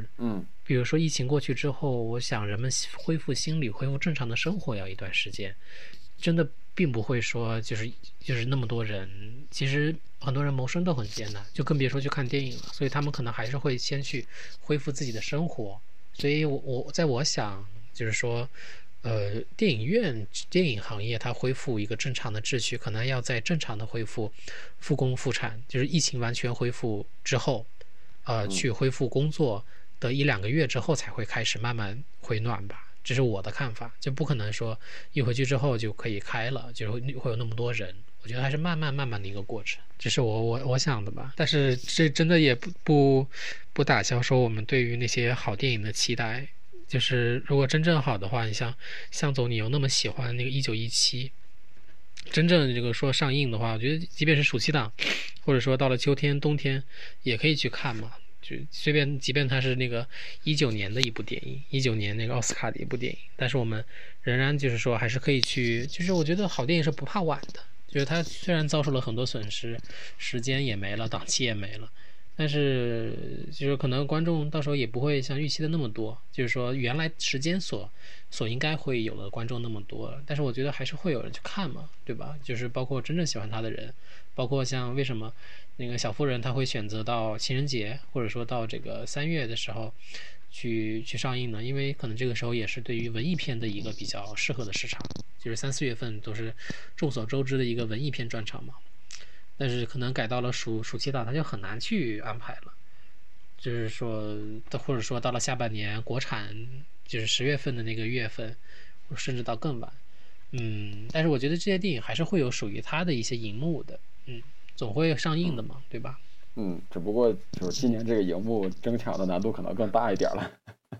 嗯， 比如说疫情过去之后，我想人们恢复心理、恢复正常的生活要一段时间，真的。并不会说就是就是那么多人，其实很多人谋生都很艰难，就更别说去看电影了。所以他们可能还是会先去恢复自己的生活。所以我我在我想就是说，呃，电影院电影行业它恢复一个正常的秩序，可能要在正常的恢复复工复产，就是疫情完全恢复之后，呃，去恢复工作的一两个月之后才会开始慢慢回暖吧。这是我的看法，就不可能说一回去之后就可以开了，就是会有那么多人。我觉得还是慢慢慢慢的一个过程，这是我我我想的吧。但是这真的也不不不打消说我们对于那些好电影的期待。就是如果真正好的话，你像向总，你又那么喜欢那个一九一七，真正这个说上映的话，我觉得即便是暑期档，或者说到了秋天冬天，也可以去看嘛。就随便，即便它是那个一九年的一部电影，一九年那个奥斯卡的一部电影，但是我们仍然就是说还是可以去，就是我觉得好电影是不怕晚的，就是它虽然遭受了很多损失，时间也没了，档期也没了，但是就是可能观众到时候也不会像预期的那么多，就是说原来时间所所应该会有的观众那么多，但是我觉得还是会有人去看嘛，对吧？就是包括真正喜欢他的人，包括像为什么那个小妇人他会选择到情人节或者说到这个三月的时候去去上映呢？因为可能这个时候也是对于文艺片的一个比较适合的市场，就是三四月份都是众所周知的一个文艺片专场嘛。但是可能改到了暑暑期档，他就很难去安排了。就是说，或者说到了下半年，国产就是十月份的那个月份，甚至到更晚。嗯，但是我觉得这些电影还是会有属于它的一些荧幕的，嗯，总会上映的嘛，对吧？ 嗯，只不过就是今年这个荧幕争抢的难度可能更大一点了。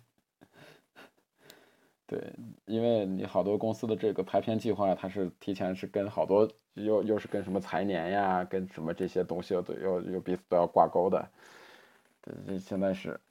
对，因为你好多公司的这个排片计划，它是提前是跟好多又又是跟什么财年呀，跟什么这些东西又又又彼此都要挂钩的。对，现在是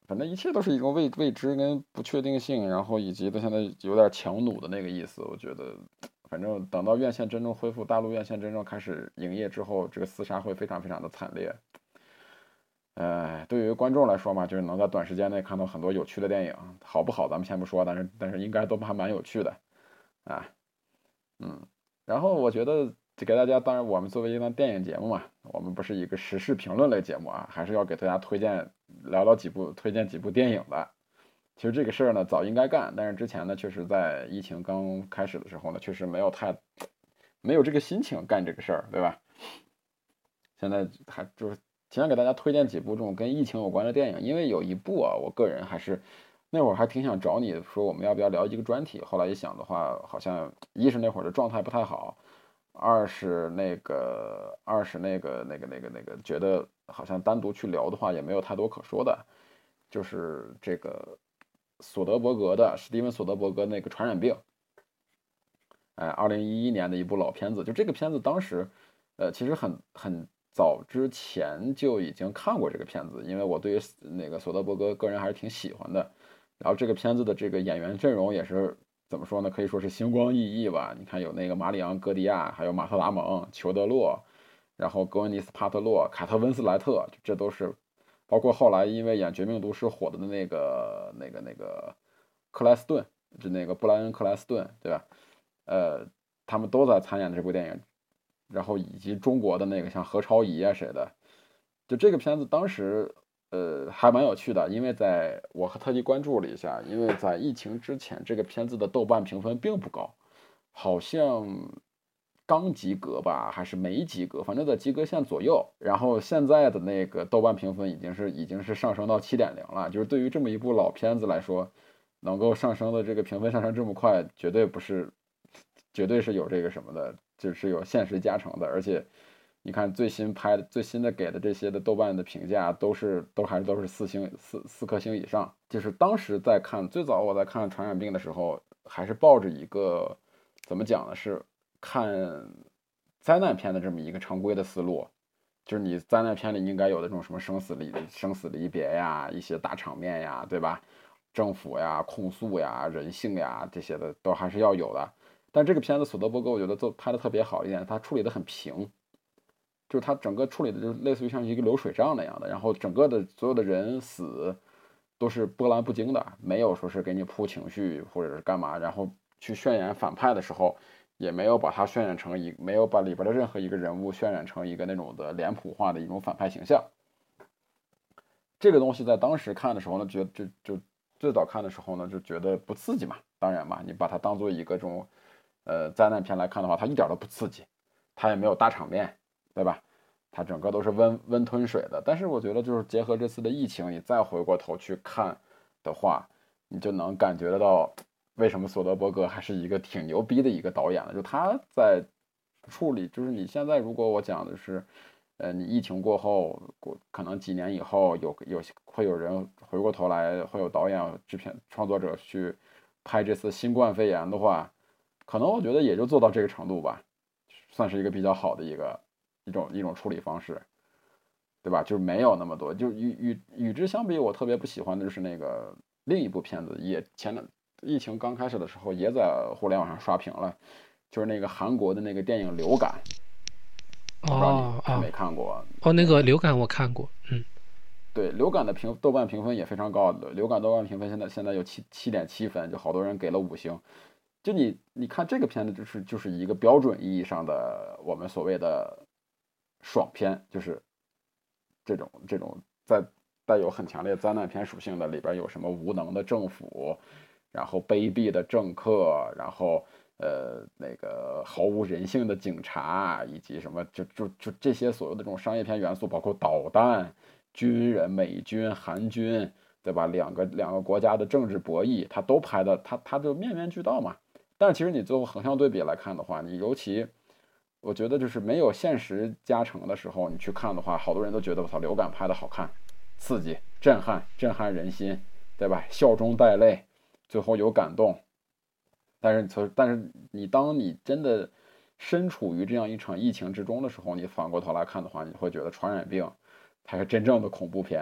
反正一切都是一种未未知跟不确定性，然后以及它现在有点强弩的那个意思。我觉得，反正等到院线真正恢复，大陆院线真正开始营业之后，这个厮杀会非常非常的惨烈。呃，对于观众来说嘛，就是能在短时间内看到很多有趣的电影，好不好咱们先不说，但是但是应该都还蛮有趣的，啊，嗯，然后我觉得给大家，当然我们作为一档电影节目嘛，我们不是一个时事评论类节目啊，还是要给大家推荐聊聊几部推荐几部电影的。其实这个事儿呢早应该干，但是之前呢确实在疫情刚开始的时候呢，确实没有太没有这个心情干这个事儿，对吧？现在还就是想给大家推荐几部这种跟疫情有关的电影，因为有一部啊，我个人还是那会儿还挺想找你说我们要不要聊一个专题，后来一想的话，好像一是那会儿的状态不太好，二是那个二是那个那个那个那个觉得好像单独去聊的话也没有太多可说的，就是这个索德伯格的史蒂文索德伯格那个传染病，哎，二零一一年的一部老片子，就这个片子当时，呃，其实很很早之前就已经看过这个片子，因为我对于那个索德伯格个人还是挺喜欢的。然后这个片子的这个演员阵容也是怎么说呢？可以说是星光熠熠吧。你看有那个马里昂·戈迪亚，还有马特·达蒙、裘德·洛，然后格温妮斯·帕特洛、卡特·温斯莱特，这都是包括后来因为演《绝命毒师》火的那个那个那个克莱斯顿，就那个布莱恩·克莱斯顿，对吧？呃，他们都在参演这部电影，然后以及中国的那个像何超仪啊谁的，就这个片子当时呃还蛮有趣的，因为在我和特地关注了一下，因为在疫情之前这个片子的豆瓣评分并不高，好像刚及格吧，还是没及格，反正在及格线左右。然后现在的那个豆瓣评分已经是已经是上升到七点零了，就是对于这么一部老片子来说，能够上升的这个评分上升这么快，绝对不是。绝对是有这个什么的，就是有现实加成的，而且你看最新拍的、最新的给的这些的豆瓣的评价都是都还是都是四星四四颗星以上。就是当时在看最早我在看传染病的时候，还是抱着一个怎么讲呢，是看灾难片的这么一个常规的思路，就是你灾难片里应该有的这种什么生死离生死离别呀，一些大场面呀，对吧？政府呀、控诉呀、人性呀这些的都还是要有的。但这个片子索德伯格我觉得做拍的特别好一点，他处理的很平，就是他整个处理的就类似于像一个流水账那样的，然后整个的所有的人死都是波澜不惊的，没有说是给你铺情绪或者是干嘛，然后去渲染反派的时候，也没有把他渲染成一没有把里边的任何一个人物渲染成一个那种的脸谱化的一种反派形象。这个东西在当时看的时候呢，觉就就最早看的时候呢，就觉得不刺激嘛。当然嘛，你把它当做一个这种呃灾难片来看的话，它一点都不刺激，它也没有大场面，对吧？它整个都是温温吞水的。但是我觉得就是结合这次的疫情，你再回过头去看的话，你就能感觉得到为什么索德伯格还是一个挺牛逼的一个导演了。就他在处理，就是你现在如果我讲的是，呃，你疫情过后，过可能几年以后有有会有人回过头来，会有导演、制片、创作者去拍这次新冠肺炎的话，可能我觉得也就做到这个程度吧，算是一个比较好的一个一种一种处理方式，对吧？就是没有那么多，就与与与之相比，我特别不喜欢的就是那个另一部片子，也前的疫情刚开始的时候也在互联网上刷屏了，就是那个韩国的那个电影《流感》，我不知道你哦哦看没看过？ 哦，那那个个流感我看过，嗯。 对，流感的评豆瓣评分也非常高，流感豆瓣评分现在现在有七七点七分，就好多人给了五星。就你你看这个片子，就是就是一个标准意义上的我们所谓的爽片，就是这种这种在带有很强烈灾难片属性的，里边有什么无能的政府，然后卑鄙的政客，然后呃那个毫无人性的警察，以及什么就就就这些所有的这种商业片元素，包括导弹。军人、美军、韩军，对吧？两个两个国家的政治博弈，他都拍的，他他就面面俱到嘛。但是其实你最后横向对比来看的话，你尤其我觉得就是没有现实加成的时候，你去看的话，好多人都觉得我操，流感拍的好看、刺激、震撼、震撼人心，对吧？笑中带泪，最后有感动。但是从但是你当你真的身处于这样一场疫情之中的时候，你反过头来看的话，你会觉得传染病。才是真正的恐怖片，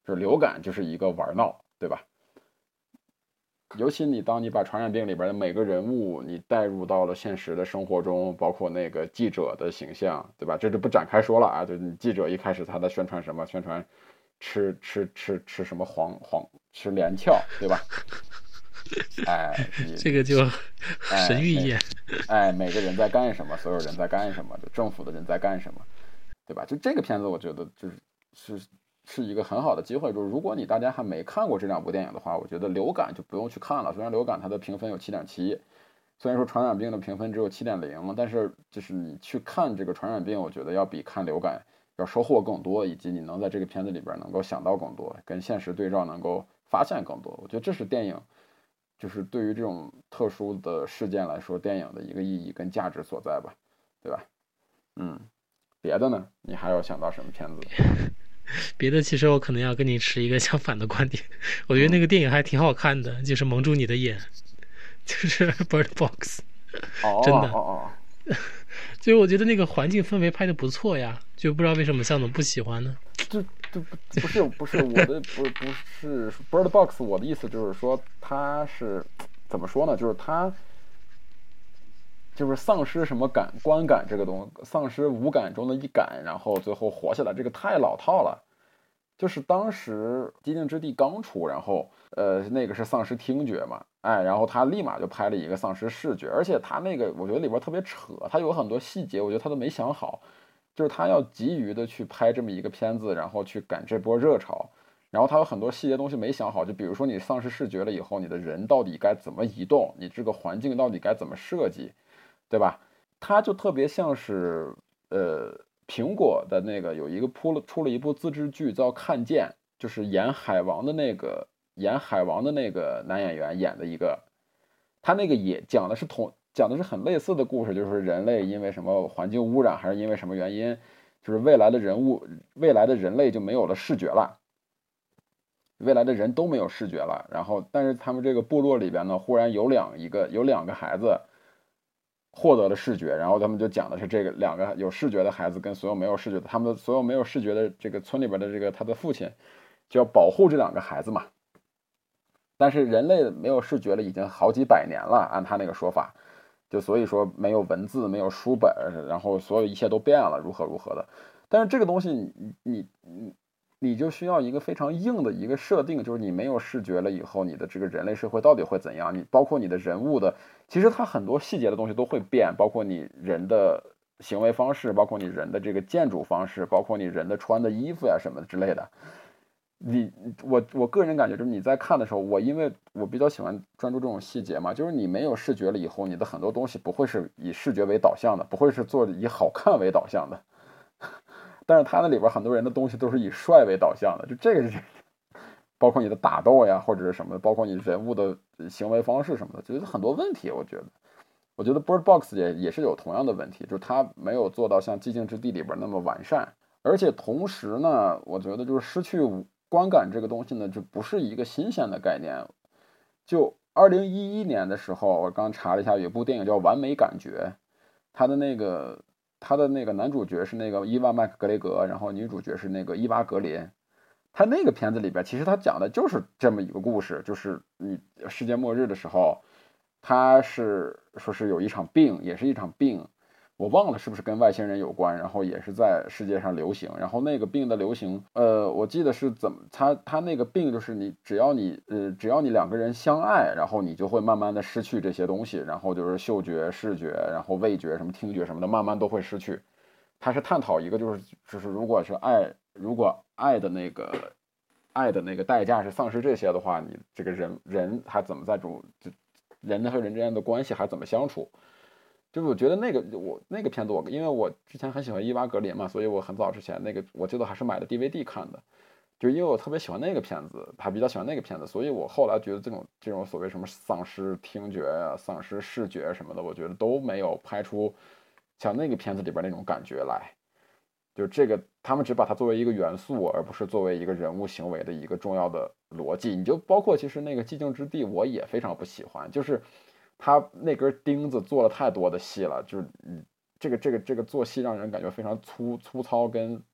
就是流感就是一个玩闹，对吧？尤其你当你把传染病里边的每个人物你带入到了现实的生活中，包括那个记者的形象，对吧？这就不展开说了啊。就你记者一开始他在宣传什么？宣传吃吃吃吃什么黄黄吃连翘，对吧？哎， 这个就神预言。 哎，每个人在干什么？所有人在干什么？就政府的人在干什么？对吧？就这个片子，我觉得就是是是一个很好的机会。就是如果你大家还没看过这两部电影的话，我觉得流感就不用去看了。虽然流感它的评分有七点七，虽然说传染病的评分只有七点零，但是就是你去看这个传染病，我觉得要比看流感要收获更多，以及你能在这个片子里边能够想到更多，跟现实对照能够发现更多。我觉得这是电影，就是对于这种特殊的事件来说，电影的一个意义跟价值所在吧，对吧？嗯。别的呢？你还有想到什么片子？ 别的其实我可能要跟你持一个相反的观点，我觉得那个电影还挺好看的，嗯、就是蒙住你的眼，就是 Bird Box， 哦、 真的， 哦哦， 就是我觉得那个环境氛围拍的不错呀，就不知道为什么向总不喜欢呢？ 就就不是不是我的不不是 Bird Box， 我的意思就是说它是怎么说呢？就是它。就是丧失什么感观感这个东西，丧失五感中的一感，然后最后活下来，这个太老套了。就是当时《寂静之地》刚出，然后呃那个是丧失听觉嘛，哎，然后他立马就拍了一个丧失视觉，而且他那个我觉得里边特别扯，他有很多细节，我觉得他都没想好，就是他要急于的去拍这么一个片子，然后去赶这波热潮，然后他有很多细节东西没想好，就比如说你丧失视觉了以后，你的人到底该怎么移动，你这个环境到底该怎么设计。对吧？它就特别像是呃，苹果的那个有一个出了出了一部自制剧叫《看见》，就是演海王的那个演海王的那个男演员演的一个，他那个也讲的是同讲的是很类似的故事，就是人类因为什么环境污染还是因为什么原因，就是未来的人物未来的人类就没有了视觉了。未来的人都没有视觉了，然后但是他们这个部落里边呢，忽然有两一个有两个孩子。获得了视觉，然后他们就讲的是这个两个有视觉的孩子跟所有没有视觉的，他们的所有没有视觉的这个村里边的这个他的父亲就要保护这两个孩子嘛。但是人类没有视觉了已经好几百年了，按他那个说法，就所以说没有文字，没有书本，然后所有一切都变了，如何如何的。但是这个东西你你你你就需要一个非常硬的一个设定，就是你没有视觉了以后，你的这个人类社会到底会怎样？你包括你的人物的，其实它很多细节的东西都会变，包括你人的行为方式，包括你人的这个建筑方式，包括你人的穿的衣服呀什么之类的。你我我个人感觉就是你在看的时候，我因为我比较喜欢专注这种细节嘛，就是你没有视觉了以后，你的很多东西不会是以视觉为导向的，不会是做以好看为导向的。但是他那里边很多人的东西都是以帅为导向的，就这个是，包括你的打斗呀，或者是什么，包括你人物的行为方式什么的，就是很多问题。我觉得，我觉得 Bird Box 也也是有同样的问题，就是他没有做到像寂静之地里边那么完善，而且同时呢，我觉得就是失去观感这个东西呢，就不是一个新鲜的概念。就二零一一年的时候，我刚查了一下，有一部电影叫《完美感觉》，他的那个。他的那个男主角是那个伊万麦克格雷格，然后女主角是那个伊娃格林。他那个片子里边，其实他讲的就是这么一个故事，就是你世界末日的时候，他是说是有一场病，也是一场病，我忘了是不是跟外星人有关，然后也是在世界上流行。然后那个病的流行，呃，我记得是怎么，他他那个病就是你只要你呃只要你两个人相爱，然后你就会慢慢的失去这些东西，然后就是嗅觉、视觉，然后味觉、什么听觉什么的，慢慢都会失去。他是探讨一个就是就是如果是爱，如果爱的那个爱的那个代价是丧失这些的话，你这个人人还怎么在主就人和人之间的关系还怎么相处？就是我觉得那个我那个片子我因为我之前很喜欢伊娃格林嘛，所以我很早之前那个我记得还是买的 D V D 看的，就因为我特别喜欢那个片子，还比较喜欢那个片子，所以我后来觉得这种这种所谓什么丧失听觉啊、丧失视觉什么的，我觉得都没有拍出像那个片子里边那种感觉来。就这个，他们只把它作为一个元素，而不是作为一个人物行为的一个重要的逻辑。你就包括其实那个寂静之地，我也非常不喜欢，就是他那根钉子做了太多的戏了，就是这个这个这个做戏让人感觉非常粗粗糙跟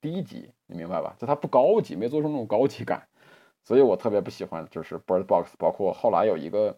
低级，你明白吧？就它不高级，没做出那种高级感，所以我特别不喜欢就是 Bird Box， 包括后来有一个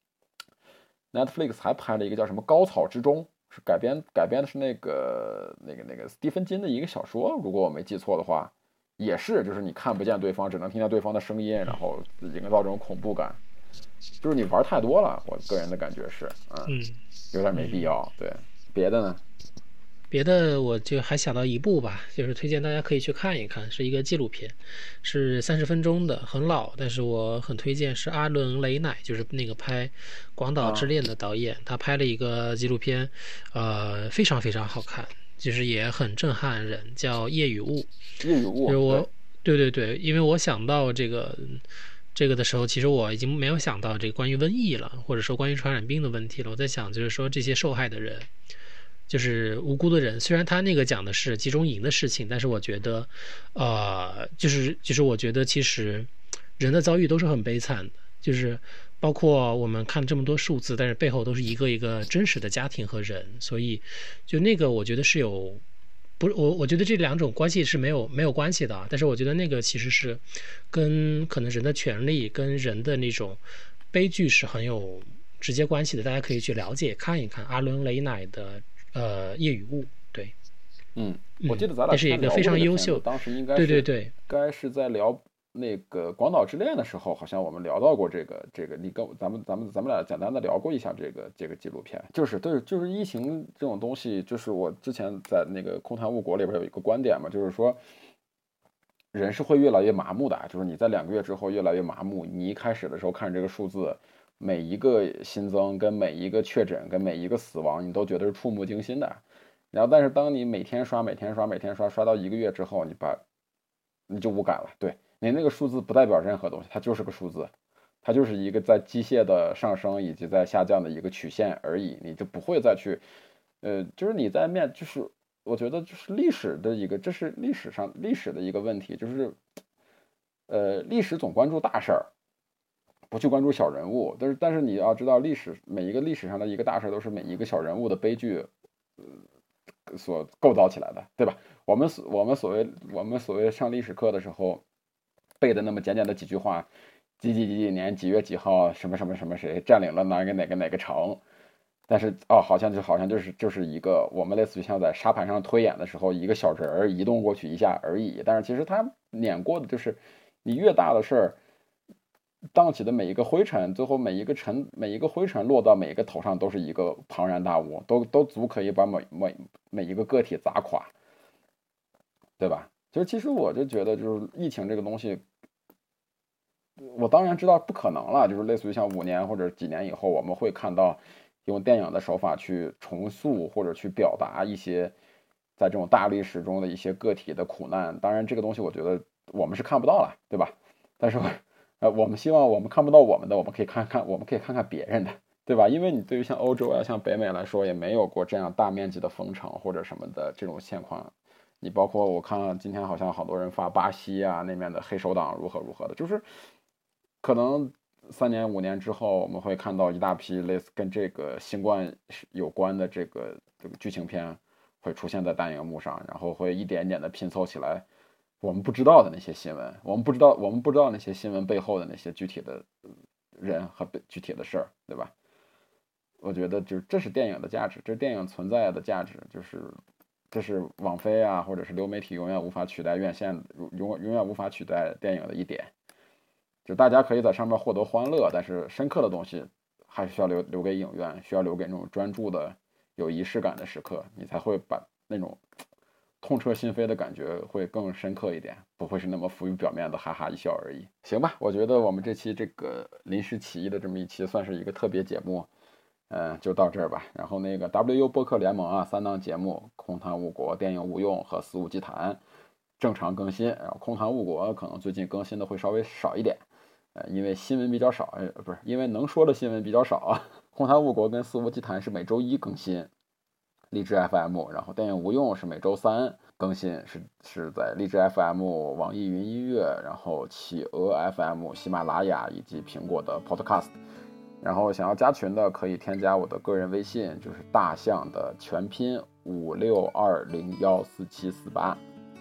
Netflix 还拍了一个叫什么《高草之中》，是改编改编的是那个那个那个斯蒂芬金的一个小说，如果我没记错的话，也是就是你看不见对方，只能听见对方的声音，然后营造这种恐怖感，就是你玩太多了，我个人的感觉是，嗯， 嗯有点没必要。对，别的呢？ 别的我就还想到一部吧，就是推荐大家可以去看一看，是一个纪录片，是三十分钟的，很老，但是我很推荐，是阿伦雷乃，就是那个拍《广岛之恋》的导演，他拍了一个纪录片，呃，非常非常好看，就是也很震撼人，叫《夜与雾》。 夜与雾， 就是我，对对对，因为我想到这个。这个的时候，其实我已经没有想到这个关于瘟疫了，或者说关于传染病的问题了。我在想，就是说这些受害的人，就是无辜的人。虽然他那个讲的是集中营的事情，但是我觉得，呃，就是就是我觉得其实人的遭遇都是很悲惨的，就是包括我们看这么多数字，但是背后都是一个一个真实的家庭和人。所以，就那个我觉得是有。不是我，我觉得这两种关系是没有没有关系的，但是我觉得那个其实是跟可能人的权利跟人的那种悲剧是很有直接关系的，大家可以去了解看一看阿伦雷乃的呃夜与雾。对， 嗯，我记得咱俩这是一个非常优秀， 当时应该是对对对， 该是在聊那个广岛之恋的时候，好像我们聊到过这个这个，你跟咱们咱们咱们俩简单的聊过一下这个这个纪录片，就是对，就是疫情这种东西，就是我之前在那个空谈误国里边有一个观点嘛，就是说人是会越来越麻木的，就是你在两个月之后越来越麻木，你一开始的时候看这个数字，每一个新增跟每一个确诊跟每一个死亡，你都觉得是触目惊心的，然后但是当你每天刷每天刷每天刷刷到一个月之后，你把你就无感了，对。你那个数字不代表任何东西，它就是个数字，它就是一个在机械的上升以及在下降的一个曲线而已，你就不会再去，呃，就是你在面，就是我觉得就是历史的一个，这是历史上历史的一个问题，就是，呃，历史总关注大事儿，不去关注小人物，但是但是你要知道，历史每一个历史上的一个大事都是每一个小人物的悲剧，呃，所构造起来的，对吧？我们所我们所谓我们所谓上历史课的时候。背的那么简简的几句话，几几几几年几月几号什么什么什么谁占领了哪个哪个哪个城，但是哦，好像就好像就是就是一个我们类似于像在沙盘上推演的时候，一个小人儿移动过去一下而已。但是其实它碾过的就是你越大的事儿，荡起的每一个灰尘，最后每一个尘每一个灰尘落到每一个头上都是一个庞然大物，都都足可以把每每每一个个体砸垮，对吧？就是其实我就觉得，就是疫情这个东西，我当然知道不可能了，就是类似于像五年或者几年以后，我们会看到用电影的手法去重塑或者去表达一些在这种大历史中的一些个体的苦难。当然，这个东西我觉得我们是看不到了，对吧？但是，呃，我们希望我们看不到我们的，我们可以看看，我们可以看看别人的，对吧？因为你对于像欧洲啊、像北美来说，也没有过这样大面积的封城或者什么的这种现况。你包括我看今天好像好多人发巴西啊那边的黑手党如何如何的，就是可能三年五年之后，我们会看到一大批类似跟这个新冠有关的这个这个剧情片会出现在大荧幕上，然后会一点点的拼凑起来我们不知道的那些新闻，我们不知道我们不知道那些新闻背后的那些具体的人和具体的事儿，对吧？我觉得就这是电影的价值，这是电影存在的价值，就是。这是网飞啊，或者是流媒体永远无法取代院线，永永远无法取代电影的一点。就大家可以在上面获得欢乐，但是深刻的东西还是需要留留给影院，需要留给那种专注的、有仪式感的时刻，你才会把那种痛彻心扉的感觉会更深刻一点，不会是那么浮于表面的哈哈一笑而已。行吧，我觉得我们这期这个临时起意的这么一期算是一个特别节目。嗯，就到这儿吧。然后那个 W U 播客联盟啊，三档节目：空谈误国、电影无用和肆无忌谈，正常更新。然后空谈误国可能最近更新的会稍微少一点，呃，因为新闻比较少，呃，不是因为能说的新闻比较少啊。空谈误国跟肆无忌谈是每周一更新，荔枝 F M。然后电影无用是每周三更新，是是在荔枝 F M、网易云音乐，然后企鹅 F M、喜马拉雅以及苹果的 Podcast。然后想要加群的可以添加我的个人微信，就是大象的全拼五六二零幺四七四八。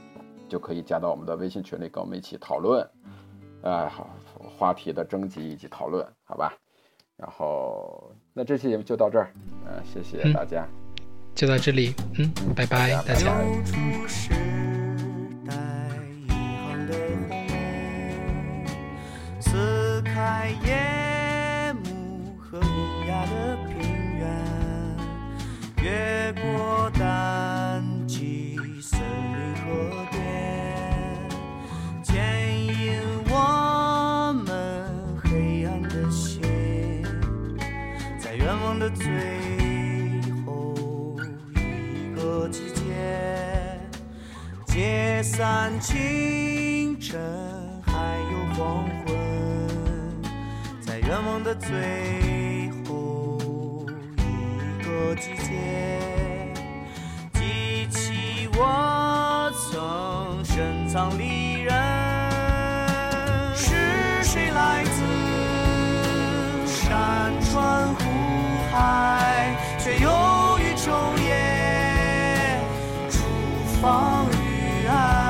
就可以加到我们的微信群里跟我们一起讨论，啊，好，话题的征集以及讨论，好吧？然后那这期节目就到这儿，呃，谢谢大家， 嗯、就到这里，嗯，拜拜，大家。 撕开夜幕和阴哑的平原，越过淡季森林和田，牵引我们黑暗的心，在愿望的最后一个季节，解散清晨还有黄昏，在愿望的最后一个季节，记起我曾深藏离人。是谁来自山川湖海，却又于昼夜厨房与爱。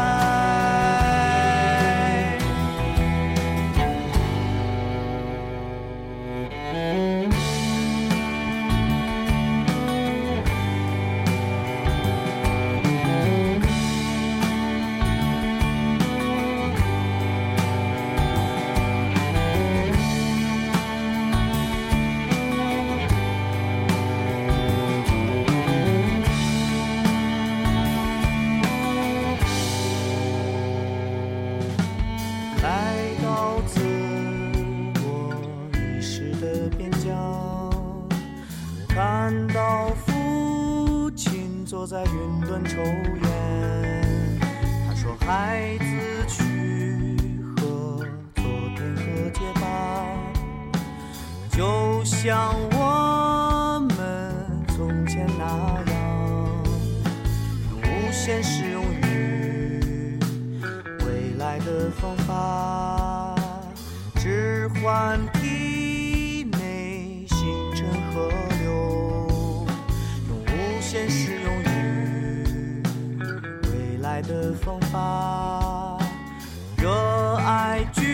看到父亲坐在云端抽烟，他说孩子去和昨天和解吧，就像我们从前那样，用无限适用于未来的方法，置换体内星辰河流，用无限适用于未来的方法，热爱